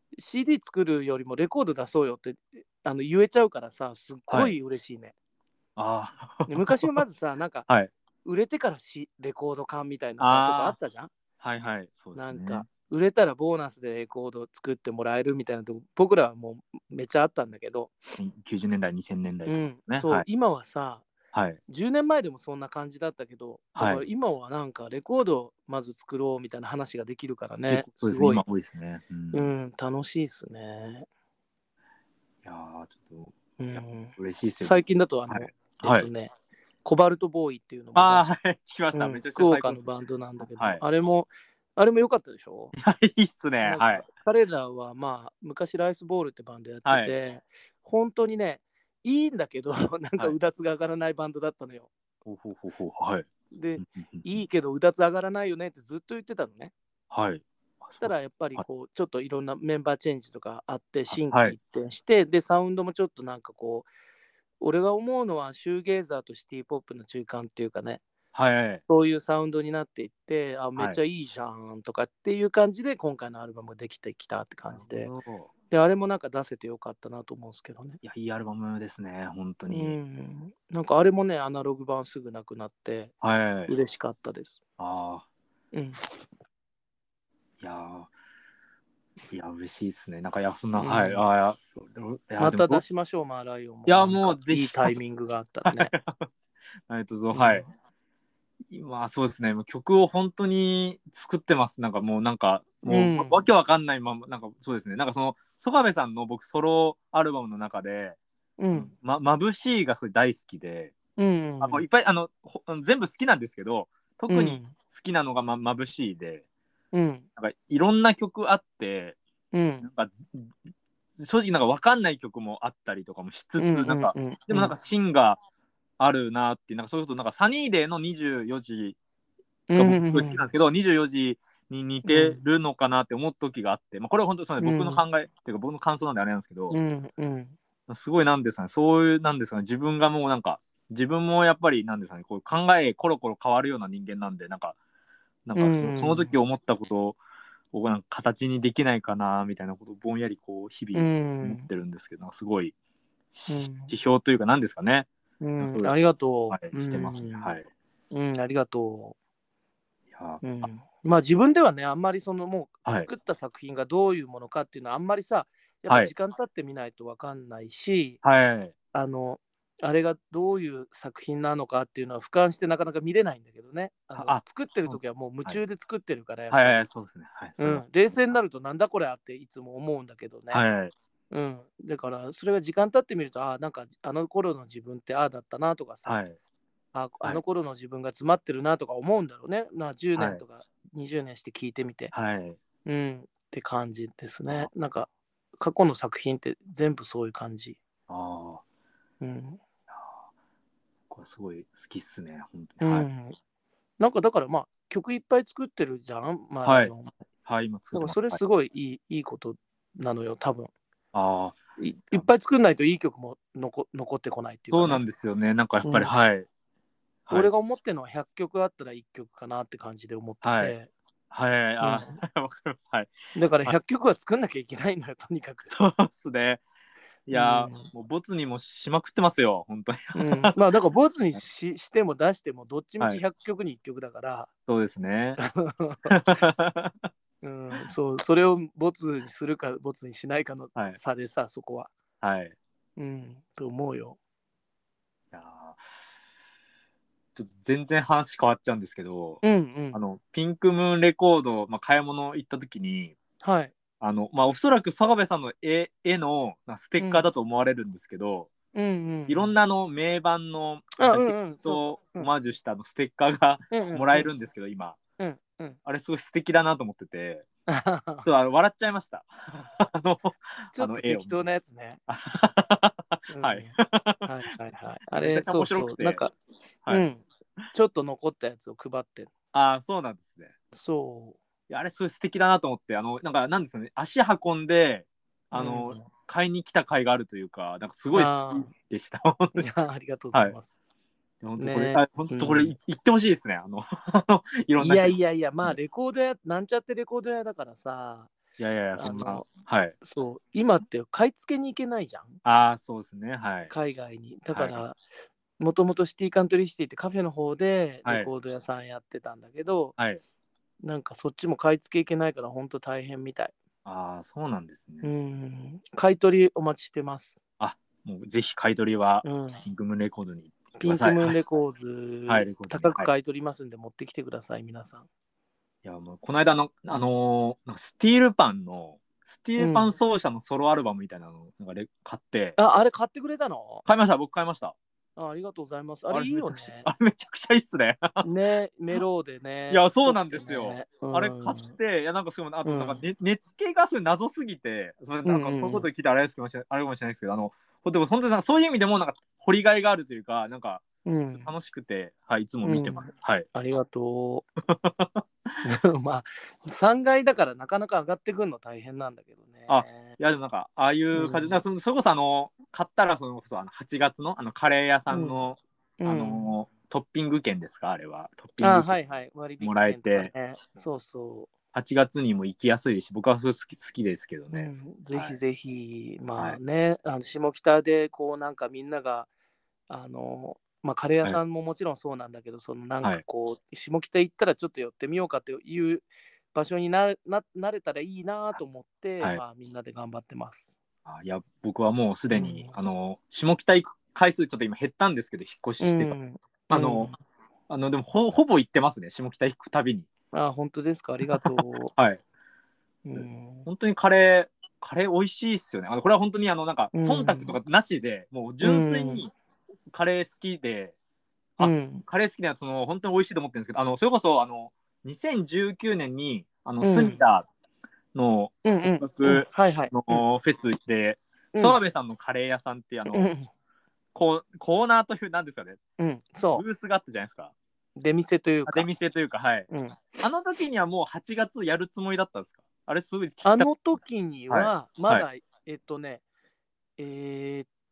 CD 作るよりもレコード出そうよって言えちゃうからさ、すっごはい。 い嬉しいね。 あで昔はあ。 まずさ、なんかはい。 売れてからレコード買うみたいなさ、とかああったじゃん。 あ。はいはい。そうですね。 なんか、売れたらボーナスでレコード作ってもらえるみたいなとこ、僕らはもうめっちゃあったんだけど、 90年代、2000年代ってことね。 そう、 はい。 今はさ、 はい。 10年前でもそんな感じだったけど、だはい。 から今はなんかレコードまず作ろうみたいな話ができるからね、 結構そうですね。 すごい、 今多いですね。うん。 楽しいっすね。 いやー、ちょっと、いや、 うん、 嬉しいっすよ。 最近だとはい。はい。 コバルトボーイっていうのもああ、 出し、 はい。聞きました。めちゃくちゃ福最高っすね。 岡のバンドなんだけど、 はい。 あれも良かったでしょ。 いや、いいっすね。 なんかはい。 彼らはまあ昔ライスボールってバンドやってはい。 て、本当にね、いいんだけど、なんかはい。 うだつが上がらないバンドだったのよ。 ほうほうほうほう。はい。うで、 んうんうんうん。 いいけどうだつ上がらないよねってずっと言ってたのね。 はい。あ、 そしたらやっぱりはい。 こう、ちょっといろんなメンバーチェンジとかあって、心はい。 機一転して、で、サウンドもちょっとなんかこう、俺が思うのはシューゲイザーとシティポップの中間っていうかね、 はい。 そういうサウンドになっていって、めっはい。 ちゃいいじゃんとかっていう感じで、今回のアルバムができてきたってなるほ感じで、 ど。 で、あれもなんか出せてよかったなと思うんですけどね。 いや、いいアルバムですね、ほんとに。 なんかあれもね、アナログ版すぐなくなって、 はい。 嬉しかったです。 ああ、 うん。 いやいや、嬉しいっすね。なんか、いや、そんな、はい。 うん。 ああ、いや、 またでも出しましょう、マーライオンも。 いや、 なんか、 もうぜひ、 いいタイミングがあったらね。 はい。 うん。 今、そうですね、もう曲を本当に作ってます。なんかもう、もう、 うん。 わけわかんないまま、なんかそうですね、なんかその、曽我部さんの僕、ソロアルバムの中で、 うん。 眩しいがすごい大好きで、 うん。 もういっぱい、全部好きなんですけど、特にうん。 好きなのが、眩しいで、 うん。 なんかいろんな曲あって、 うん。 なんか正直なんか分かんない曲もあったりとかもしつうん。 つ、 うん。うん。 でもなんか芯があるなっていう、なんかそういうこと、なんかサニーデーの24時うが僕すごい好きなんん。 ですけど、24時に似てるのかなって思う時があって、まあ、これは本当に僕の考えっていうか僕の感想なんであれなんですけど、 うん。うん。 すごいなんですかね、そういうなんですかね、自分がもうなんか自分もやっぱりなんですかね、こう考えコロコロ変わるような人間なんで、なんかその時思ったことをなんか形にできないかなみたいなことをぼんやりこう日々思ってるんですけど、すごい指標というかなんですかね。 ありがとはい、してますね。はい。 ありがといや、 う。まあ自分ではね、あんまりそのもうはい、 作った作品がどういうものかっていうのはあんまりさ、やっぱはい、 時間経ってみないとわかんないし、 はい、 あの、あれがどういう作品なのかっていうのは俯瞰してなかなか見れないんだけどね。作ってるそう、 時はもう夢はい、 中で作ってるから、やっはい、はい、 ぱり。 そうですね。はい、それは。 冷静になるとなんだこれあっていつも思うんだけどね。 はい、 だからそれが時間経ってみると、なんかあの頃の自分ってああだったなとかさ、 はい、 あはい、 の頃の自分が詰まってるなとか思うんだろうね。10 はい、 年とか20年して聞いてみて。 はい。 って感じですね。 あなんか過去の作品って全部そういう感じ。 あ、 うん。 これすごい好きっすね、本当に。はい。 うん。なんかだからまあ曲いっぱい作ってるじゃん、 はい。 の。 はい、今作ってます。 だからそれはい。 すごいいいことなのよ、多分。 ああ、 いっぱい作んないといい曲も残ってこないっていうかね。 そうなんですよね。なんかやっぱり、 うん。 はい。はい。 俺が思ってるのは100曲あったら1曲かなって感じで思ってはい。 て。 はい。 うん。 ああ、わかります。はい。 だからはい。 100曲は作んなきゃいけないのよ、とにかく。 そうっすね。いや、 うん。 もうボツにもしまくってますよ、本当に。 まあだからボツにしても出してもどっちみちはい。 100曲に1曲だから。 そうですね。 そう、それをボツにするかボツにしないかのはい。 差でさ、そこは。 はい。 と思うよ。 いやー、ちょっと全然話変わっちゃうんですけど、 うんうん。 ピンクムーンレコード、買い物行った時に、 はい。 おそらく坂部さんの絵のステッカーうん。 だと思われるんですけど、 うんうんいろんな名盤のジャケッそうそトをう。 オマージュしたステッカーがうんうんもらえうんるんですけど、今。 うんうん。 あれすごい素敵だなと思ってて、ちょっと笑っちゃいました。あの、 ちょっと絵を見て。 適当なやつね。 はい。 はいはいはい。あれ、 めちゃくちゃ面そうそう。なん白くて、 か、 はい。 ちょっと残ったやつを配ってああ、そうなんですね。 そいや、あれすごい素敵だなと思って、なんですよね、足運んで、 う。 買いに来た甲斐があるというか、なんかすごい好きあでした。本当あ、いに。 や、ありがとうござはい。 います。 本当これ、 ね。 本当これ言ってほしいですね。いろんいな人に。 やいやいや、まあ、 はい。 レコード屋、なんちゃってレコード屋だからさ、 いやいやいや、そんな、はい。 そう、今って買い付けに行けないじゃん、 ああ、そうですね。はい。 海外に。だかはい。 ら、もともとシティカントリーシティってカフェの方でレはい。 コード屋さんやってたんだけど、 はい。 なんかそっちも買い付け行けないから本当大変みたい。 ああ、そうなんですね。 買い取りお待ちしてます。 あ、もうぜひ買い取りは、 うん。 ピンクムーンレコードに行ってくピンクださい。はい。 ムーンレコーはい、 ズ、 レコードに。はい。 高く買い取りますんで持ってきてください、皆さん。 いや、もう、この間なんかスティールパンの、スティールパンうん。 奏者のソロアルバムみたいなのなんか買って、 あれ買ってくれたの？ 買いました。僕買いました。 ありがとうございます。ああれいいれめちゃくちゃ、 よね。 あれめちゃくちゃいいっすね。 ね、メローでいね、 や、そうなん太くてですよ。 ね。 あれ買って、いや、なんかしかも、あとなんか、 うん。 値付けがすごい謎すぎて、それうんなんかこういうことうん聞いてあれですかもしれない、あれかもしれないですけど、本当になんかそういう意味でもなんか掘りがいがあるというか、なんかうん。うん。 楽しくて、はい、いつもうん見てます。はい。 ありがとう。まあ、3階だからなかなか上がってくるの大変なんだけどあ、 ね。 いやでもなんか、ああいう感じ、 うん。 それこそ買ったらそのこそ8月のカレー屋さうん。 んの、 うん。 トッピング券ですか、あれは。トッピング券はいはい。割引もらえ券とかて、 ね。そうそ 8月にも行きやすいし、僕はそれ好きですけどう。 ね。 ぜはい。 ひぜひ、 はい。 まあね、下北でこうなんかみんなが、カレー屋はい。 さんももちろんそうなんだけど、そのなんはい。 かこう、下北行ったらちょっと寄ってみようかっていう場所になれたらいいなと思って、 はい。 まあみんなで頑張ってます。 いや、僕はもうすでに、 うん。 下北行く回数ちょっと今減ったんですけど、引っ越ししてかうん。うら。 ん。 でもほぼ行ってますね、下北行くたびに。 本当ですか。ありがとはい。 う。うん。 本当にカレー美味しいっすよね。これは本当になんか、 う忖度とん。 かなしで、もうう純粋ん。 にカレー好きで、 うん。 カレー好きなやつの本当に美味しいと思ってるんですけど、それこそ、2019年に、 うん。 隅田のうん。 音うん。 楽はいはい。うん。 のフェスで、 うん。 澤部さんのカレー屋さんってうん。 コーナーというなんですかね、 うん。そブースがあったじゃないですか。 う。出店という出か。 店というか、はい。 うん。 あの時にはもう8月やるつもりだったんですか？あれすごい聞きあたかったです。 の時にはい。 は、まはい。 だ、えっとね、えーっ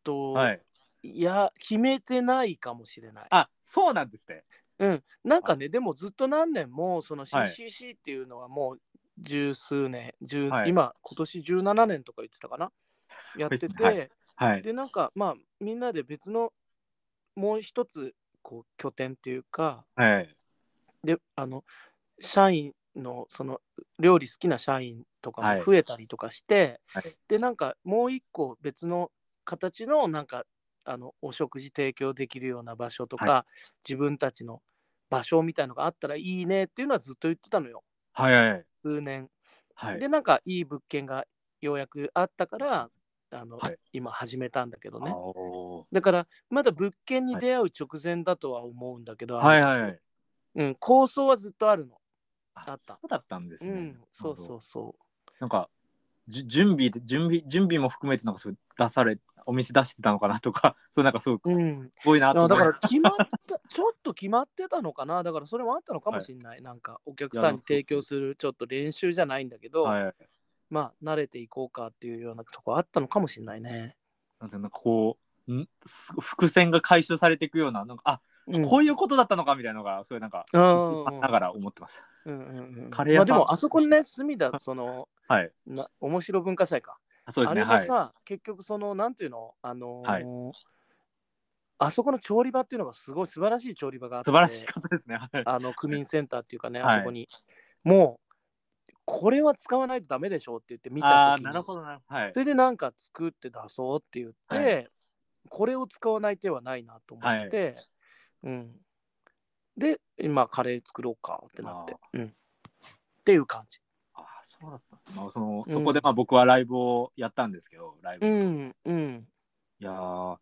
はい。 いや、決めてないかもしれない。 あ、そうなんですね。 なんかね、でもずっと何年も、そのはい。 CCC っていうのはもう十数年、 はい。 今年17年とか言ってたかな、 すやっごいですね。はい。 てて、 はい。 で、なんか、まあ、みんなで別のもう一つ、こう、拠点っていうか、 はい。 で、社員の、料理好きな社員とかもはい。 増えたりとかして、 はい。 で、なんかもう一個別の形の、なんか、お食事提供できるような場所とはい。 か、自分たちの場所みたいのがあったらいいねっていうのはずっと言ってたのよ、 はいはい。 数年。 はい。 で、なんかいい物件がようやくあったから、 はい。 今始めたんだけどあね。 お。 だから、まだ物件にはい。 出会う直前だとは思うんだけど、あの時は。 はいはいはい。 構想はずっとあるの。 あ、 あった。 そうだったんですね。なるそうほど。 そうそなんか、準備も含めてなんかそれお店出してたのかなとか、そうなんかすう。 ごいなとだから思います。 ちょっと決まってたのかな。だからそれもあったのかもはい。 しれない。なんかお客いや、でもさんに提供するちょっと練習じゃないんだけど、 はい。 まあ慣れていこうかっていうようなとこあったのかもしれないね。 なんか伏線が回収されていくような、なんか、あ、 うん。 こういうことだったのかみたいなのが、そういうなんか、 う一んうん番ながら思ってました。 まあでカレー屋さん。 もあそこにね、隅田、 はい。 面白文化祭か。あそうですね、はい。 れがさ、結局なんていうの、 はい。 あそこの調理場っていうのがすごい素晴らしい調理場があっ素晴らしいて、 方ですね。はい。 区民センターっていうかね、あそはい。 こに。もう、これは使わないとダメでしょって言って見たああ、 ときに、 なるほどな。はい。 それでなんか作って出そうって言っはい。 て、これを使わない手はないなと思っはい。 て、うん。で、今カレー作ろうかってなって、 ああ。 っていう感じ。 ああ、そうだったんですね。そこでうん。 僕はライブをやったんですけど、ライブのと。 うん。 いやー、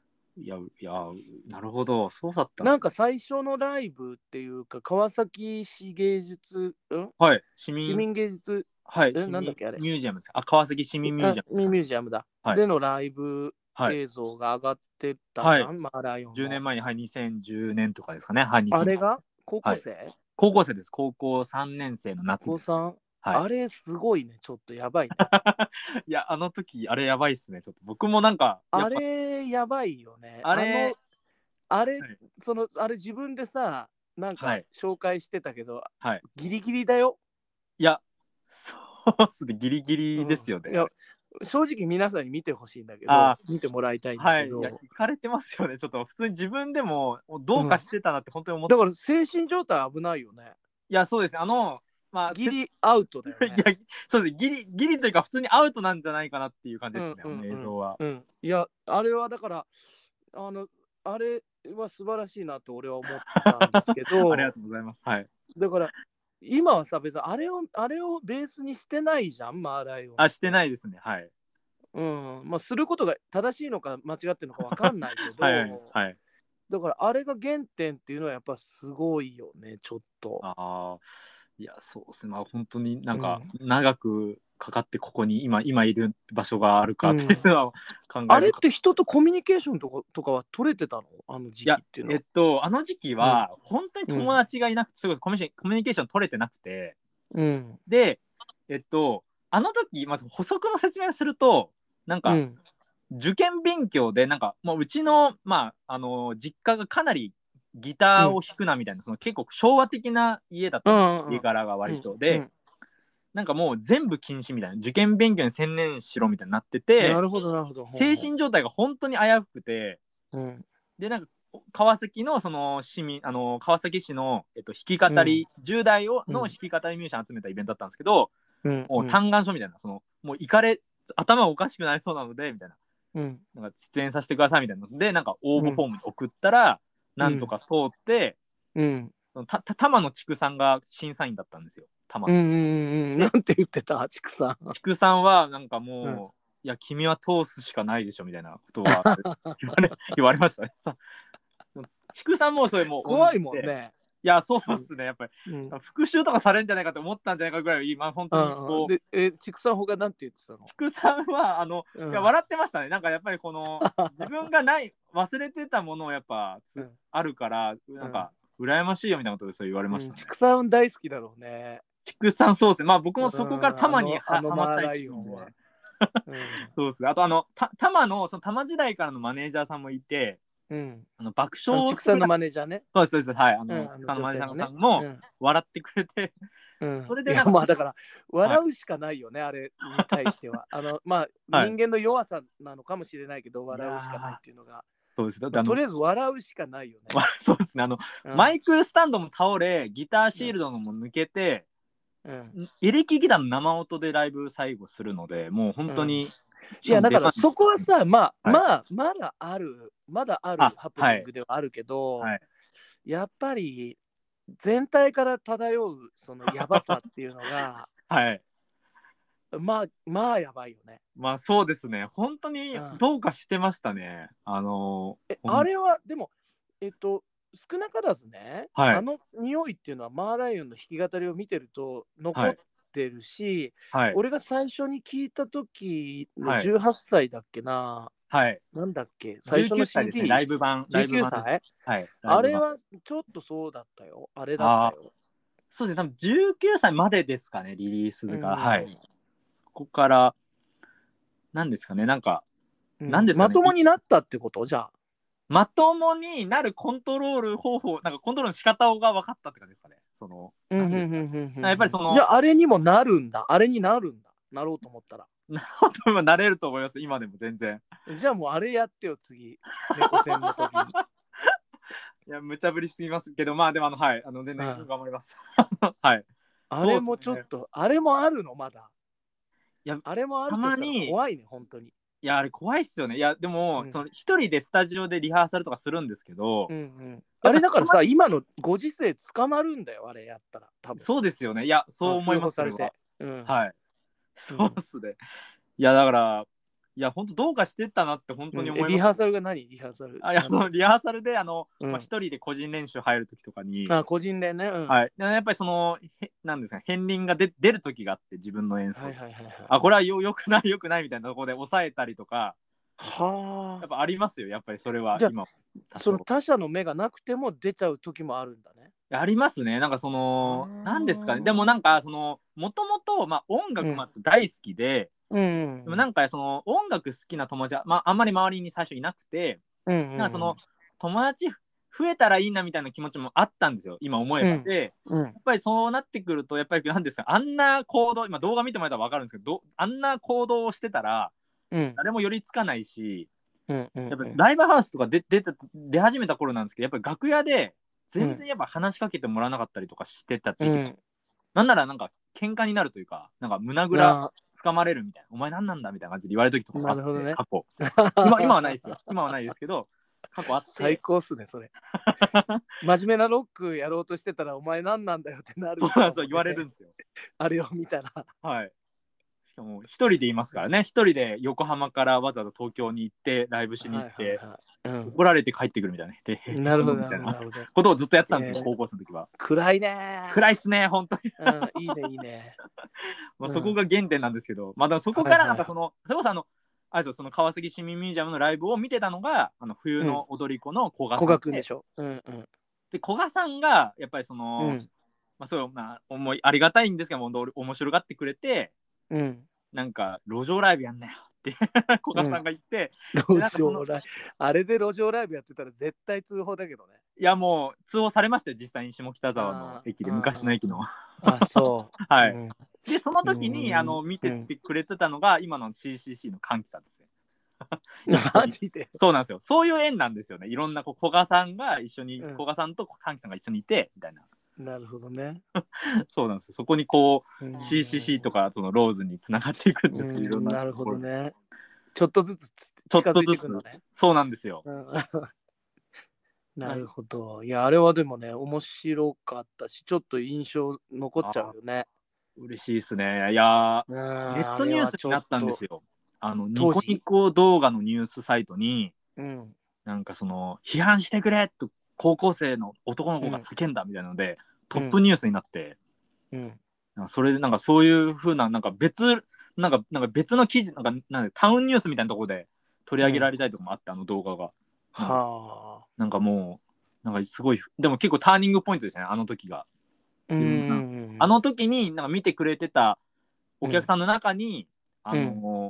なるほど、そうだったんですね。 なんか最初のライブっていうか、川崎市芸術、 はい、 市民芸術、 はい、市民なんだっけあれ。 ミュージアムです。あ、川崎市民ミュージアムですかね。 ミュージアムだ。 はい、 でのライブはい、 映像が上がってたじはい。 ゃん、マーライオン 10 の。 年前に、はい、2010年とかですかね。はい、2000、 あれが高校はい。 生高校生です。高校3年生の夏高ですね。 3? はい。 あれすごいね、ちょっとやばいね。 いや、あの時、あれやばいっすね。ちょっと僕もなんか、やあっぱ、 れやばいよね。 あれ、 あれ、 はい、 あれ自分でさ、なんかはい、 紹介してたけど、 はい。 ギリギリだよ。 いや、そうっすね。ギリギリですよね、 いや、 あれ。 正直皆さんに見てほしいんだけど、 あ見てもらいたいんだはい。いや、 けど、 行かれてますよね。ちょっと普通に自分でも、どうかうん。 してたなって本当にだから精神状態危ないよね。 いや、そうですね。まあ、 ギリアウトだよいね。 や、そうです。ギリというか、普通にアウトなんじゃないかなっていう感じですね、あの映像は。 いや、あれはだから、あの、あれは素晴らしいなと俺は思ったんですけありがど、 とうございます。はい。 だから今はさ、別にあれをベースにしてないじゃん、マーライオンっあ、してて。 ないですね。はい。 まあ、することが正しいのか間違ってるのかわかんないけはいはい。 ど、 はい。 だからあれが原点っていうのはやっぱすごいよね、ちょっと。 ああ、いや、そうですね。まあ、本当になんか、 うん。 長くかかってここに今いる場所があるかっていううん。 のは感慨深い。 あれって人とコミュニケーションとかは取れてたのあの時いや、 期っていうのは。 あの時期うん。 は、本当に友うん。 達がいなくて、すごいコミュニケーション取れてなくて、 うん。 で、あの時、まず補足の説明すると、なんか、 うん。 受験勉強で、なんか、もううちの、実家がかなりギターをうん。 弾くなみたいな、その結構昭和的な家だっうたんです。家ん。 柄がうん。 割と。で、 うん。 なんかもう全部禁止みたいな、受験勉強に専念しろみたいになってて、 なるほど、なるほど。ほうほ精神状態が本当に危うくて、 う。うん。 で、なんか、川崎のその市民、川崎市の、弾き語うん。 り、10代の弾うん。 き語りミュージシャン集めたイベントだったんですけど、 うん。 もううん。 嘆願書みたいな、もう頭おかしくなりそうなので、みたいな、 うん。 なんか出演させてくださいみたいなので、なんか応うん。 募フォームに送ったら、なんとうん。 か通って、 うん。 玉野畜産が審査員だったんですよ。玉うん。 野畜産。 うん。なで、 んて言ってた畜さん。 畜産はなんかうん。 もう、いや、君は通すしかないでしょみたいなことは言われましたね。畜産もそれもう恩怖いじて、 もんね。 いや、そううん。 っすね。やっぱり、 うん。 復讐とかされるんじゃないかと思ったんじゃないかぐらい、本当にこう、 で、畜さんほかなんて言ってたの？ 畜産は、いや、 うん。 笑ってましたね。なんかやっぱり自分が忘れてたものをやっぱうん。 あるから、 うん。 なんか、羨ましいよみたいなことでそう言われましたね。 畜さん大好きだろうね。 畜産そうですね。まあ僕うん。 もそこから玉にマーラはまったりしてるんで、 イオンは。 そうですね。あと多摩のその多摩時代からのマネージャーさんもいて、爆笑畜産のマネージャーね。 そうですそうです。はい。畜産のマネージャーさんも笑ってくれて、 それでなんかまあだから笑うしかないよね、あれに対しては。まあ人間の弱さなのかもしれないけど、笑うしかないっていうのが。 そうです。だってとりあえず笑うしかないよね。 そうですね。マイクスタンドも倒れ、ギターシールドのも抜けて、エレキギターの生音でライブ最後するので、もう本当に。 いやだからそこはさ、まだあるハプニングではあるけど、やっぱり全体から漂うそのやばさっていうのが、まあやばいよね。 まあそうですね。本当にどうかしてましたね。あれはでも少なからずね、あの匂いっていうのはマーライオンの弾き語りを見てると残ってるし、俺が最初に聞いた時の18歳だっけな、なんだっけ、最初の CD ですね、ライブ版。 19歳、あれはちょっとそうだったよ。あれだったよ。 そうですね、多分19歳までですかね、リリースが。そこから、なんですかね、なんか、なんですかね。 まともになったってことじゃあ。 まともになるコントロール方法、なんかコントロールの仕方が分かったって感じですかね。やっぱりじゃああれにもなるんだ。あれになるんだ。なろうと思ったら。 なれると思います、今でも全然。 じゃあもうあれやってよ、次。猫戦の時に。 いや、無茶ぶりすぎますけど、まあでも全然頑張ります。はい。 あれもちょっと、あれもあるの、まだ。 いや、 あれもあるとしたら怖いね、本当に。 いや、あれ怖いっすよね。いや、でも、一人でスタジオでリハーサルとかするんですけど、 あれだからさ、今のご時世捕まるんだよ、あれやったら。多分そうですよね。いや、そう思います。はい。そうっすね。いや、だから、いや、本当どうかしてたなって本当に思います。 リハーサルが何？リハーサル。 リハーサルで、一人で個人練習入るときとかに。 個人練ね。 やっぱりなんですか、片鱗が出るときがあって、自分の演奏。これはよくないみたいなところで抑えたりとか。やっぱありますよ、やっぱりそれは今。 その他者の目がなくても出ちゃうときもあるんだね。 ありますね。なんかなんですかね。でもなんかもともと音楽まず大好きで、でもなんか音楽好きな友達は、あんまり周りに最初いなくて、なんか友達増えたらいいなみたいな気持ちもあったんですよ、今思えば。で、やっぱりそうなってくると、やっぱりなんですか、あんな行動、今動画見てもらえたら分かるんですけど、あんな行動をしてたら、誰も寄りつかないし、やっぱライブハウスとか出始めた頃なんですけど、やっぱり楽屋で全然やっぱ話しかけてもらわなかったりとかしてた時期、なんならなんか喧嘩になるというか、なんか胸ぐらつかまれるみたいな、お前何なんだみたいな感じで言われる時とかあって、過去。今はないですよ。今はないですけど、過去あって。 最高っすね、それ。真面目なロックやろうとしてたら、お前何なんだよってなる。 そうなんですよ、言われるんですよ。 あれを見たら。 はい。しかも一人でいますからね、一人で横浜からわざわざ東京に行ってライブしに行って、怒られて帰ってくるみたいな、 なるほど、 みたいなことをずっとやってたんですよ、高校生の時は。 暗いね。 暗いっすね、本当に。いいね、いいね。 そこが原点なんですけど、そこからなんかそれこそその川崎市民ミュージアムのライブを見てたのが、冬の踊り子の古賀さん。 古賀くんでしょ。 で、古賀さんがやっぱりそうありがたいんですけど、面白がってくれて、なんか路上ライブやんなよって古賀さんが言って、 あれで路上ライブやってたら絶対通報だけどね。 いや、もう通報されましたよ、実際に下北沢の駅で、昔の駅の。 そう。 はい。で、その時に見ててくれてたのが今の CCC の歓喜さんですね。 マジで。 そうなんですよ。そういう縁なんですよね。いろんな古賀さんが一緒に、古賀さんと歓喜さんが一緒にいてみたいな。 なるほどね。 そうなんですよ。そこにCCC とかそのローズにつながっていくんですけど、いろんな。 なるほどね。ちょっとずつ近づいていくのね。 そうなんですよ。 なるほど。いや、あれはでもね、面白かったし、ちょっと印象残っちゃうよね。 嬉しいですね。いや、ネットニュースになったんですよ。ニコニコ動画のニュースサイトに、なんか批判してくれと高校生の男の子が叫んだみたいなので、トップニュースになって、それでなんかそういう風ななんか別の記事、なんかタウンニュースみたいなところで取り上げられたりとかもあって、動画が。なんかもうなんかすごい、でも結構ターニングポイントですね、あの時が。あの時になんか見てくれてたお客さんの中に、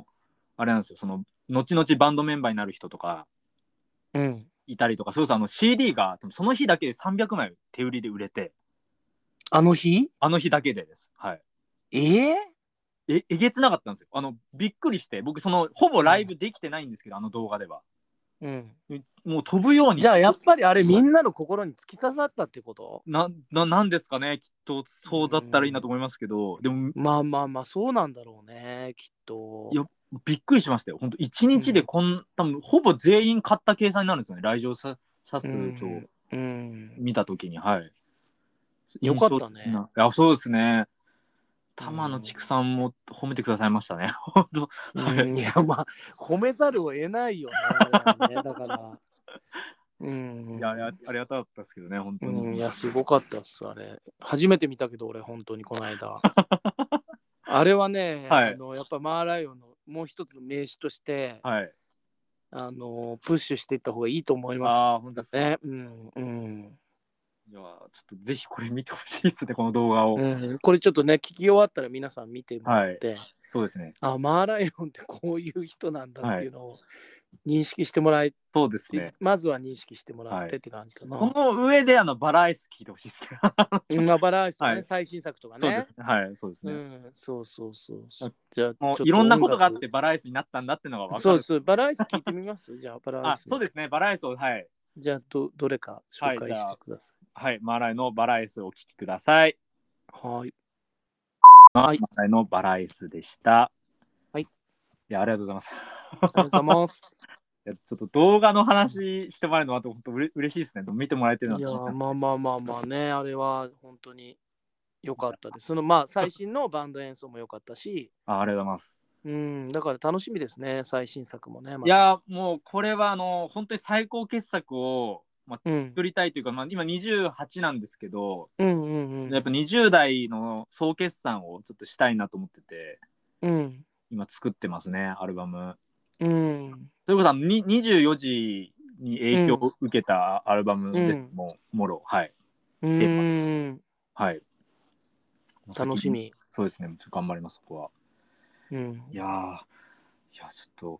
あれなんですよ、その後々バンドメンバーになる人とかいたりとか、そうそう、CD がその日だけで300枚手売りで売れて、 あの日あの日だけでです。はい。 えええげつなかったんですよ。びっくりして、僕ほぼライブできてないんですけど、あの動画では。 うん。 もう飛ぶように。 じゃあやっぱりあれみんなの心に突き刺さったってこと？ なんですかね、きっとそうだったらいいなと思いますけど、でも、 まあまあまあ、そうなんだろうね、きっと。 いや、びっくりしましたよ。本当1日で多分ほぼ全員買った計算になるんですよね、来場者数と見たときに、はい。 よかったね。 いや、そうですね。玉野畜産も褒めてくださいましたね。本当。 はい。いや、まあ、褒めざるを得ないよね、あれはね。だから。 いや、ありがたかったですけどね、本当に。 いや、すごかったっす、あれ。初めて見たけど、俺、本当にこの間。あれはね、 はい、 やっぱマーライオンのもう一つの名詞として、 はい。 プッシュしていった方がいいと思います。 ああ、本当ですか。 ね。 いや、ちょっとぜひこれ見てほしいですね、この動画を。 これちょっとね、聞き終わったら皆さん見てもらって、 そうですね。 マーライオンってこういう人なんだっていうのを認識してもらえ、 そうですね。 まずは認識してもらってって感じかな。 その上でバラエス聞いてほしいですね。バラエスね、最新作とかね。 そうですね。はい、そうですね。 そう。じゃあ、 もういろんなことがあってバラエスになったんだっていうのが分かる。 そう、バラエス聞いてみますじゃあ、バラエス。 そうですね、バラエスを、はい。 じゃあ、どれか紹介してください。 はい、マーライのバラエスをお聞きください。 はい。 マーライのバラエスでした。 はい。 いや、ありがとうございます。 ありがとうございます。 いや、ちょっと動画の話してもらえるのは本当嬉しいですね。見てもらえてるのは。 いや、まあね、あれは本当に良かったです。最新のバンド演奏も良かったし、 ありがとうございます。 だから楽しみですね、最新作もね。 いや、もうこれは本当に最高傑作を、作りたいというか、今28なんですけど、やっぱ20代の総決算をちょっとしたいなと思ってて、今作ってますね、アルバム。それこそ24時に影響を受けたアルバムでもろ、はい。テーマはい。 楽しみ。 そうですね、頑張ります、そこは。いや、ちょっと、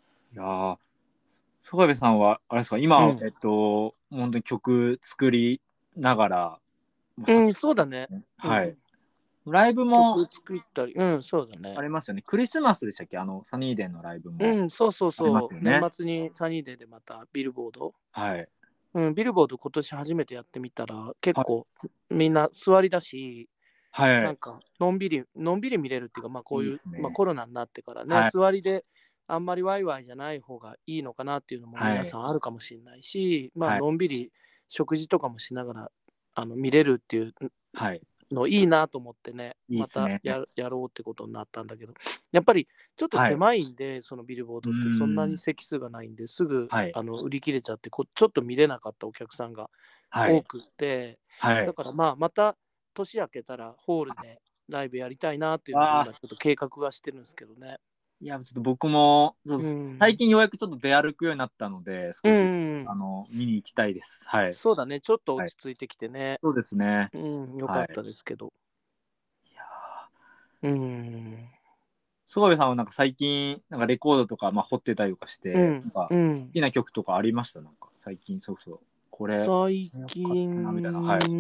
曽我部さんは、あれですか、今、本当に曲作りながら、 そうだね。 はい。ライブも、 曲作ったり、そうだね。 ありますよね。クリスマスでしたっけ、サニーデーのライブも。 そう。年末にサニーデーでまたビルボード。 はい。 ビルボード今年初めてやってみたら、結構みんな座りだし、なんかのんびり見れるっていうか、こういう、コロナになってからね、座りであんまりワイワイじゃない方がいいのかなっていうのも皆さんあるかもしれないし、のんびり食事とかもしながら見れるっていうのいいなと思ってね、またやろうってことになったんだけど、やっぱりちょっと狭いんで、そのビルボードってそんなに席数がないんですぐ売り切れちゃってちょっと見れなかったお客さんが多くて、だからまた年明けたらホールでライブやりたいなっていうのを今ちょっと計画はしてるんですけどね。 いや、ちょっと僕も最近ようやくちょっと出歩くようになったので、少し見に行きたいです。はい。 そうだね、ちょっと落ち着いてきてね。 そうですね。 よかったですけど。 いや曽我部さんはなんか最近なんかレコードとか掘ってたりとかして、なんか好きな曲とかありました？なんか最近そうこれ最近みたいな。はい。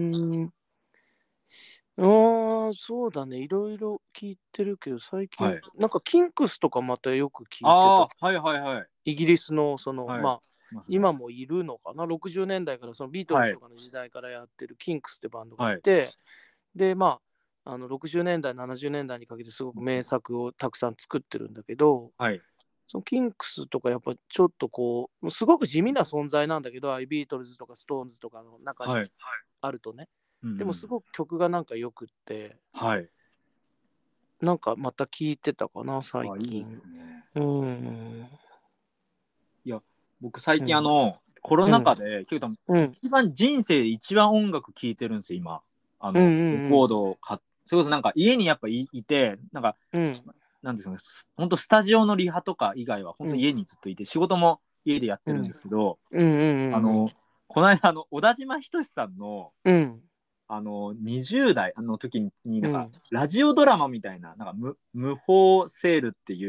そうだね、いろいろ聞いてるけど、最近、なんかキンクスとかまたよく聞いてた。 はい。 イギリスの今もいるのかな、60年代からそのビートルズとかの時代からやってるキンクスってバンドがいて、で、60年代、70年代にかけてすごく名作をたくさん作ってるんだけど、そのキンクスとかやっぱちょっとこう、すごく地味な存在なんだけど、ビートルズとかストーンズとかの中にあるとね。でもすごく曲がなんかよくって、なんかまた聴いてたかな、最近。いいですね。 いや、僕最近コロナ禍で、結構人生で一番音楽聴いてるんですよ、今。レコードを買って、それこそなんか家にやっぱいて、なんか、なんですかね、本当スタジオのリハとか以外は本当家にずっといて、仕事も家でやってるんですけど、この間小田島仁さんの、20代の時になんか、ラジオドラマみたいな、なんか無法セールっていう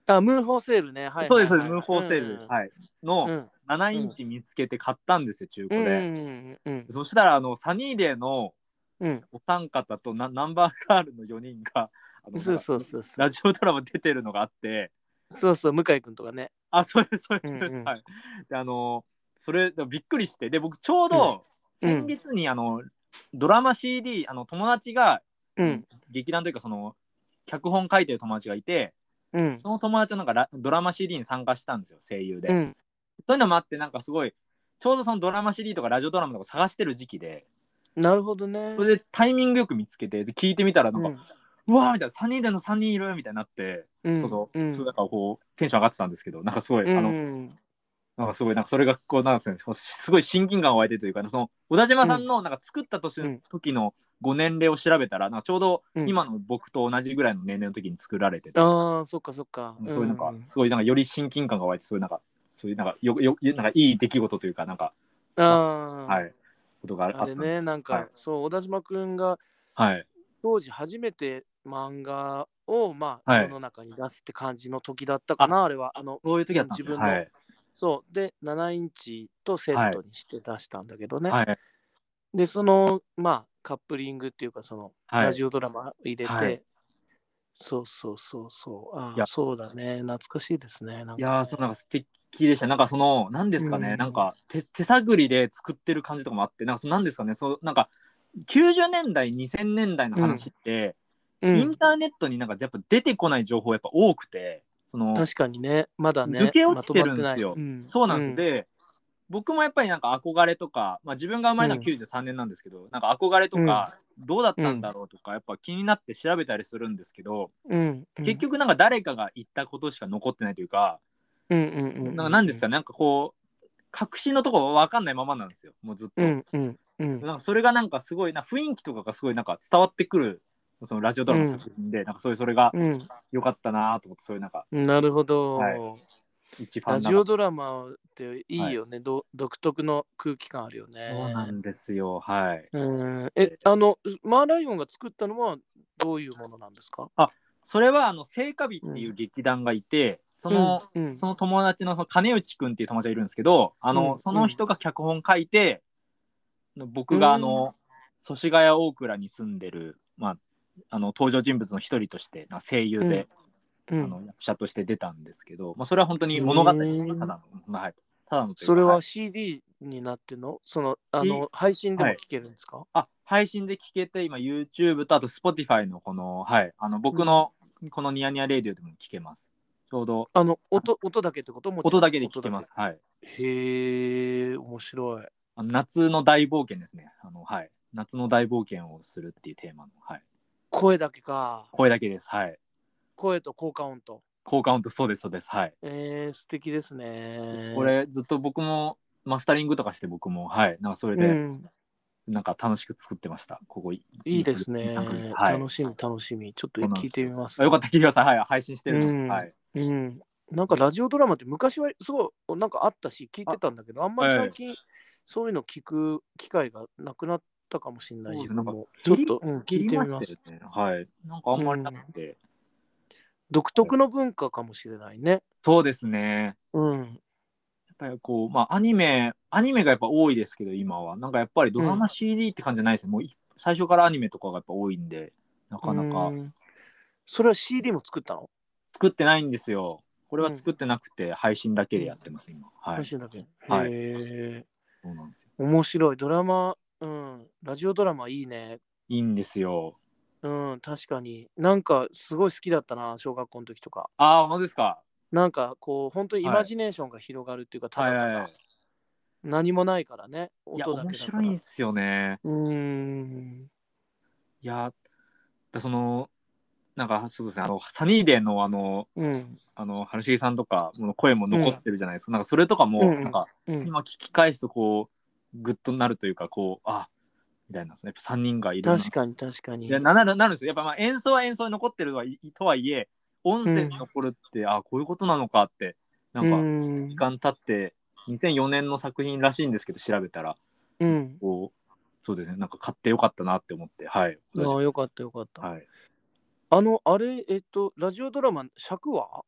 あ、ムーンフォーセールね。はいそうです、 はいはい、 ムーンフォーセールです。はい。のうん 7イうん。 ンチ見つけて買ったんですよ、中うん古で。 うんうんそしたら、サニーデーのうん。 お三方とナンバーガールの4人が、なんか、 そうそうそうそう。 ラジオドラマ出てるのがあって、 そうそう、向井くんとかね。 あ、そうです、そうです、そうです。 うんうん。 はい。で、それ、びっくりして、で、僕、ちょううんど、先うん月に、ドラマ CD、友達が、 うん劇団というか、脚本書いてる友達がいて、 うんその友達はなんかドラマ CD に参加したんですよ、声優で。 うん。 そういうのもあって、なんかすごい、ちょうどそのドラマ CD とかラジオドラマとか探してる時期で、 なるほどね。 それでタイミングよく見つけて、で聞いてみたら、なんか、 うんうわーみたいな、3人での3人いるみたいになって、 うんうんだからこう、テンション上がってたんですけど、なんかすごい、 うんうん。 なんかすごい、なんかそれがこう、なんですね、すごい親近感を湧いてるというか、小田島うんさんのなんか作ったうん時のご年齢を調べたら、なんかちょうどうん。 今の僕と同じぐらいの年齢の時に作られてて、 ああ、そっかそっか。うそういうなんか、 ん。 すごいなんかより親近感が湧いて、そういうなんか、なんかいい出来事というか、なんか、まあ、はあい、ことがあ、あれね、 あったんです。 なんはい。 かそう、小田島くんがはい。 当時初めて漫画をまあはい。 世の中に出すって感じの時だったかあ、 な、あれは。 そういう時だったんですね。 自分の、 はい。 そうで7インチとセッはい。 トにして出したんだけどね。 はい。 で、そのまあカップリングっていうか、そのはい。 ラジオドラマ入れはい。 て、そうそうそうそう。ああ、 いや、 そうだね。懐かしいですね。なんかそう、 ね。 なんか素敵でした。なんかなんですかね、なんうん。 か手探りで作ってる感じとかもあって、なんかなんですかね、なんか90年代、2000年代のうん。 話って、インうん。 ターネットになんかやっぱ出てこない情報やっぱ多くて、 確かにね。まだね。 抜け落まとちてまってない。 るんですよ。 うん。 そうなんですよ。 うん。 で、僕もやっぱりなんか憧れとか、まあ、自分が生まれたのはうん。 93年なんですけど、なんか憧れとうん。 か、どうだったんうん。 だろうとか、やっぱ気になって調べたりするんですけど、 うん。うん。 結局なんか誰かが言ったことしか残ってないというか、 うん。うん。 なんかうん。うん。 何ですかね、なんかこう、確信のところ分かんないままなんですよ、もうずっと。 うん。うん。うん。 なんかそれがなんかすごいな、雰囲気とかがすごいなんか伝わってくる、そのラジオドラマのうん。 作品で、なんかそれがうん。 良かったなと思って、そういうなんか、 なるほはい、 ど。 一ファランながジオドラマっていら、はい。 いよね。独特の空気感あるよそうなね。 んですよ、はい。 え、マーライオンが作ったのはどういうものなんですか？ あ、それは聖火日っていううん。 劇団がいて、 うん。うん。 その友達の金内くんっていう友達がいるんですけど、 うん。 そうん。 の人が脚本書いて、 う僕がん。 祖師ヶ谷大倉に住んでる、まあ、登場人物の一人として、声優うん。 で、 うん。 役者として出たんですけど、まあ、それは本当に物語です。たええ。 だの、はい。ただのというか、 それははい。 CD になってんの？ し配信ではい。 も聴けるんですか？ 配信で聞けて、今 YouTube とあと Spotify のはい、 うん。 僕のこのニヤニヤレディオでも聞けます。ちょうど、 音だけってこと？もちろん、 音だけで聞音だけ。 けます。はい。 へえ、面白い。 夏の大冒険ですね。はい。夏の大冒険をするっていうテーマの、はい。 声だけか。 声だけです。はい。 声と効果音と。 効果音と、そうです、そうです。はい。 素敵ですね。 これ、ずっと僕もマスタリングとかして僕も、はい。なんかそれで、 うん。 なんか楽しく作ってました。ここ2ヶ月、 いいです 2、3ヶ月。 ね。 はい。 楽しみ、楽しみ。ちょっと聞いてそうなんですよ。 みます。 よかった、聞いてください。はい。配信してるので。 うん。 はい。 うん。なんかラジオドラマって昔はすごいなんかあったし聞いてあ、 たんだけど、あんまりはい。 最近そういうの聞く機会がなくなったかもしれない、 そうですね。なんか自分も。ちょっと、聞い減りまてみます。 したよね。はい。なんかあんまりなうん。 くて。 独特の文化かもしれないね。 そうですね。 うん。 やっぱりこう、まあ、アニメがやっぱ多いですけど、今は。なんかやっぱりドうん。 ラマ CD って感じじゃないですね。もう最初からアニメとかがやっぱ多いんで、なうかなかん。それは CD も作ったの？ 作ってないんですよ。これうん。 は作ってなくて、配信だけでやうん。 ってます、今。はい。 話だけ。へはい。 え。 そうなんですよ。 面白い。ドラマ、うん。ラジオドラマいいね。 いいんですよ。 うん、確かに。なんかすごい好きだったな、小学校の時とか。 ああ、本当ですか。 なんかこう、本当にイはい。 マジネーションが広がるっていうか、たはいだただ。 はいはい。 何もないからね、 いや、 音だ面けだから。 白いんすよね。いや、なんか、そうですね、サニーデーのうん、 春重さんとかの声もうん、 残ってるじゃないですか。なんかそれとかも、なんうん、 かうん、 今聞き返すとこう、グッとなるというか、こう、みたいな、やっぱ3人がいるな。 確かに確かいや、 に。 なるんですよ。やっぱまあ演奏は演奏に残ってるとはいえ、音うん、 声に残るって、こういうことなのかって、なうんか、時ん、 間経って、2004年の作品らしいんですけど、調べたら、 うん。 こう、そうですね、なんか買ってよかったなって思って、はい。 ああ、よかったよかった。 はい。 あれ、ラジオドラマ、尺は？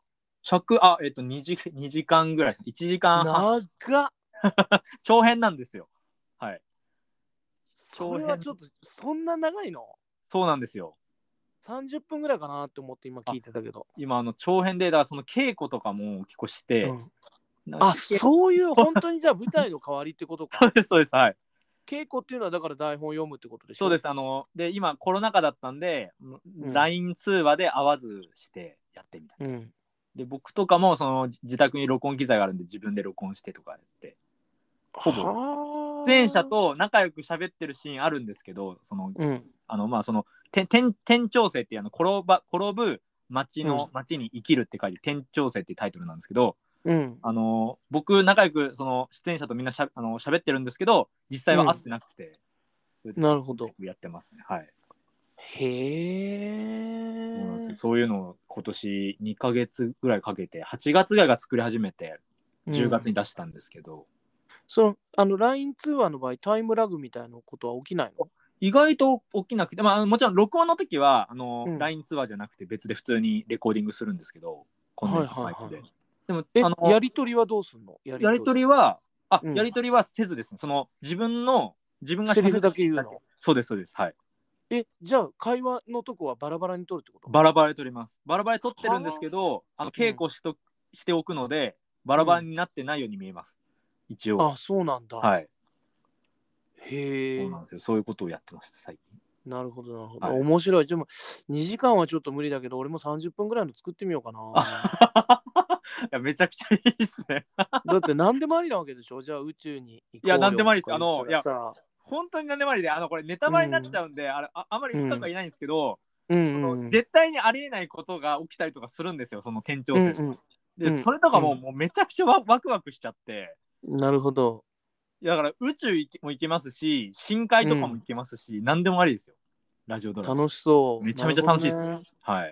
2時間ぐらいです。1時間半。 長っ。 長編なんですよ。はい。 それはちょっと、そんな長いの？ そうなんですよ。 30分ぐらいかなって思って今聞いてたけど。 今、長編で、だからその稽古とかも結構して、 そういう本当にじゃあ舞台の代わりってことか。 そうです、そうです。はい。 稽古っていうのはだから台本読むってことでしょ？ そうです。で、今コロナ禍だったんで、LINE 通話で会わずしてやってみたいな。で、僕とかもその自宅に録音機材があるんで自分で録音してとかやって、ほぼ出演者と仲良く喋ってるシーンあるんですけど、その、その天長生っていう転ぶ町に生きるって書いて天長生っていうタイトルなんですけど、僕仲良くその出演者とみんな喋ってるんですけど、実際は会ってなくて、 なるほど。 やってますね。はい。 へえ。 そうなんですよ。そういうのを今年2ヶ月ぐらいかけて、8月ぐらいが作り始めて、10月に出したんですけど。 そのLINE 通話の場合、タイムラグみたいなことは起きないの？ 意外と起きなくて、もちろん録音の時はLINE 通話じゃなくて別で普通にレコーディングするんですけど、コンデンサーマイクで。でもやり取りはどうすんの？ やり取りはせずですね。その自分がセリフだけ言うの？ そうです、そうです。はい。 じゃあ会話のとこはバラバラに取るってこと？ バラバラで取ります。バラバラで取ってるんですけど、稽古しておくので、バラバラになってないように見えます。一応。 あ、そうなんだ。 はい。 へえ。 そうなんですよ。そういうことをやってました、最近。 なるほど、なるほど。面白い。でも、2時間はちょっと無理だけど、俺も30分ぐらいの作ってみようかな。 いや、めちゃくちゃいいっすね。 だって何でもありなわけでしょ？じゃあ宇宙に行こうよ。 いや、何でもありです。 いや、 本当に何でもありで、これネタバレになっちゃうんで、あまり深くは言えないんですけど、絶対にありえないことが起きたりとかするんですよ、その店長生で。それとかもうめちゃくちゃワクワクしちゃって。 なるほど。 だから宇宙も行けますし、深海とかも行けますし、何でもありですよ。ラジオドラマ。 楽しそう。 めちゃめちゃ楽しいです。はい。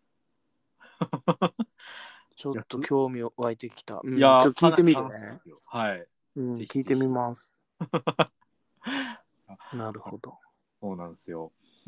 ちょっと興味湧いてきた。 いや、 ちょっと聞いてみるね。 はい。 聞いてみます。なるほど。 そうなんですよ。い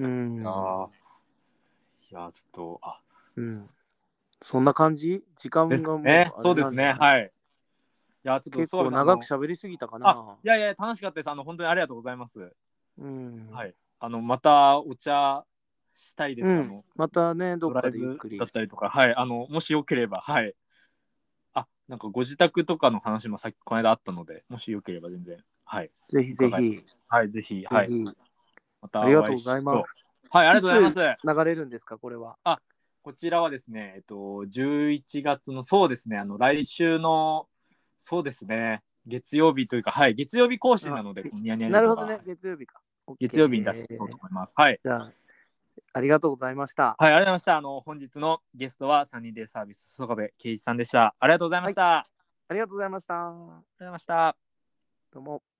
や、ちょっと、 そんな感じ？時間がもうそうですね。はい。いや、ちょっと結構長く喋りすぎたかな。 いやいや、楽しかったです。本当にありがとうございます。 はい。 またお茶したいです。 またね、どっかでゆっくり。 だったりとか、はい。もしよければ、はい。なんかご自宅とかの話もさっきこの間あったので、もしよければ全然、はい。 ぜひぜひ。 はい、ぜひ、はい。 またありがとうございます。 はい、ありがとうございます。 流れるんですか、これは。 こちらはですね、11月の、そうですね、来週の、そうですね、月曜日というか、はい、月曜日更新なので、 ニヤニヤなるほどね、月曜日か。 月曜日に出してそうと思います。はい。 じゃあ、ありがとうございました。 はい、ありがとうございました。本日のゲストはサニーデイサービス、曽我部圭一さんでした。ありがとうございました。 ありがとうございました。ありがとうございました。 どうも。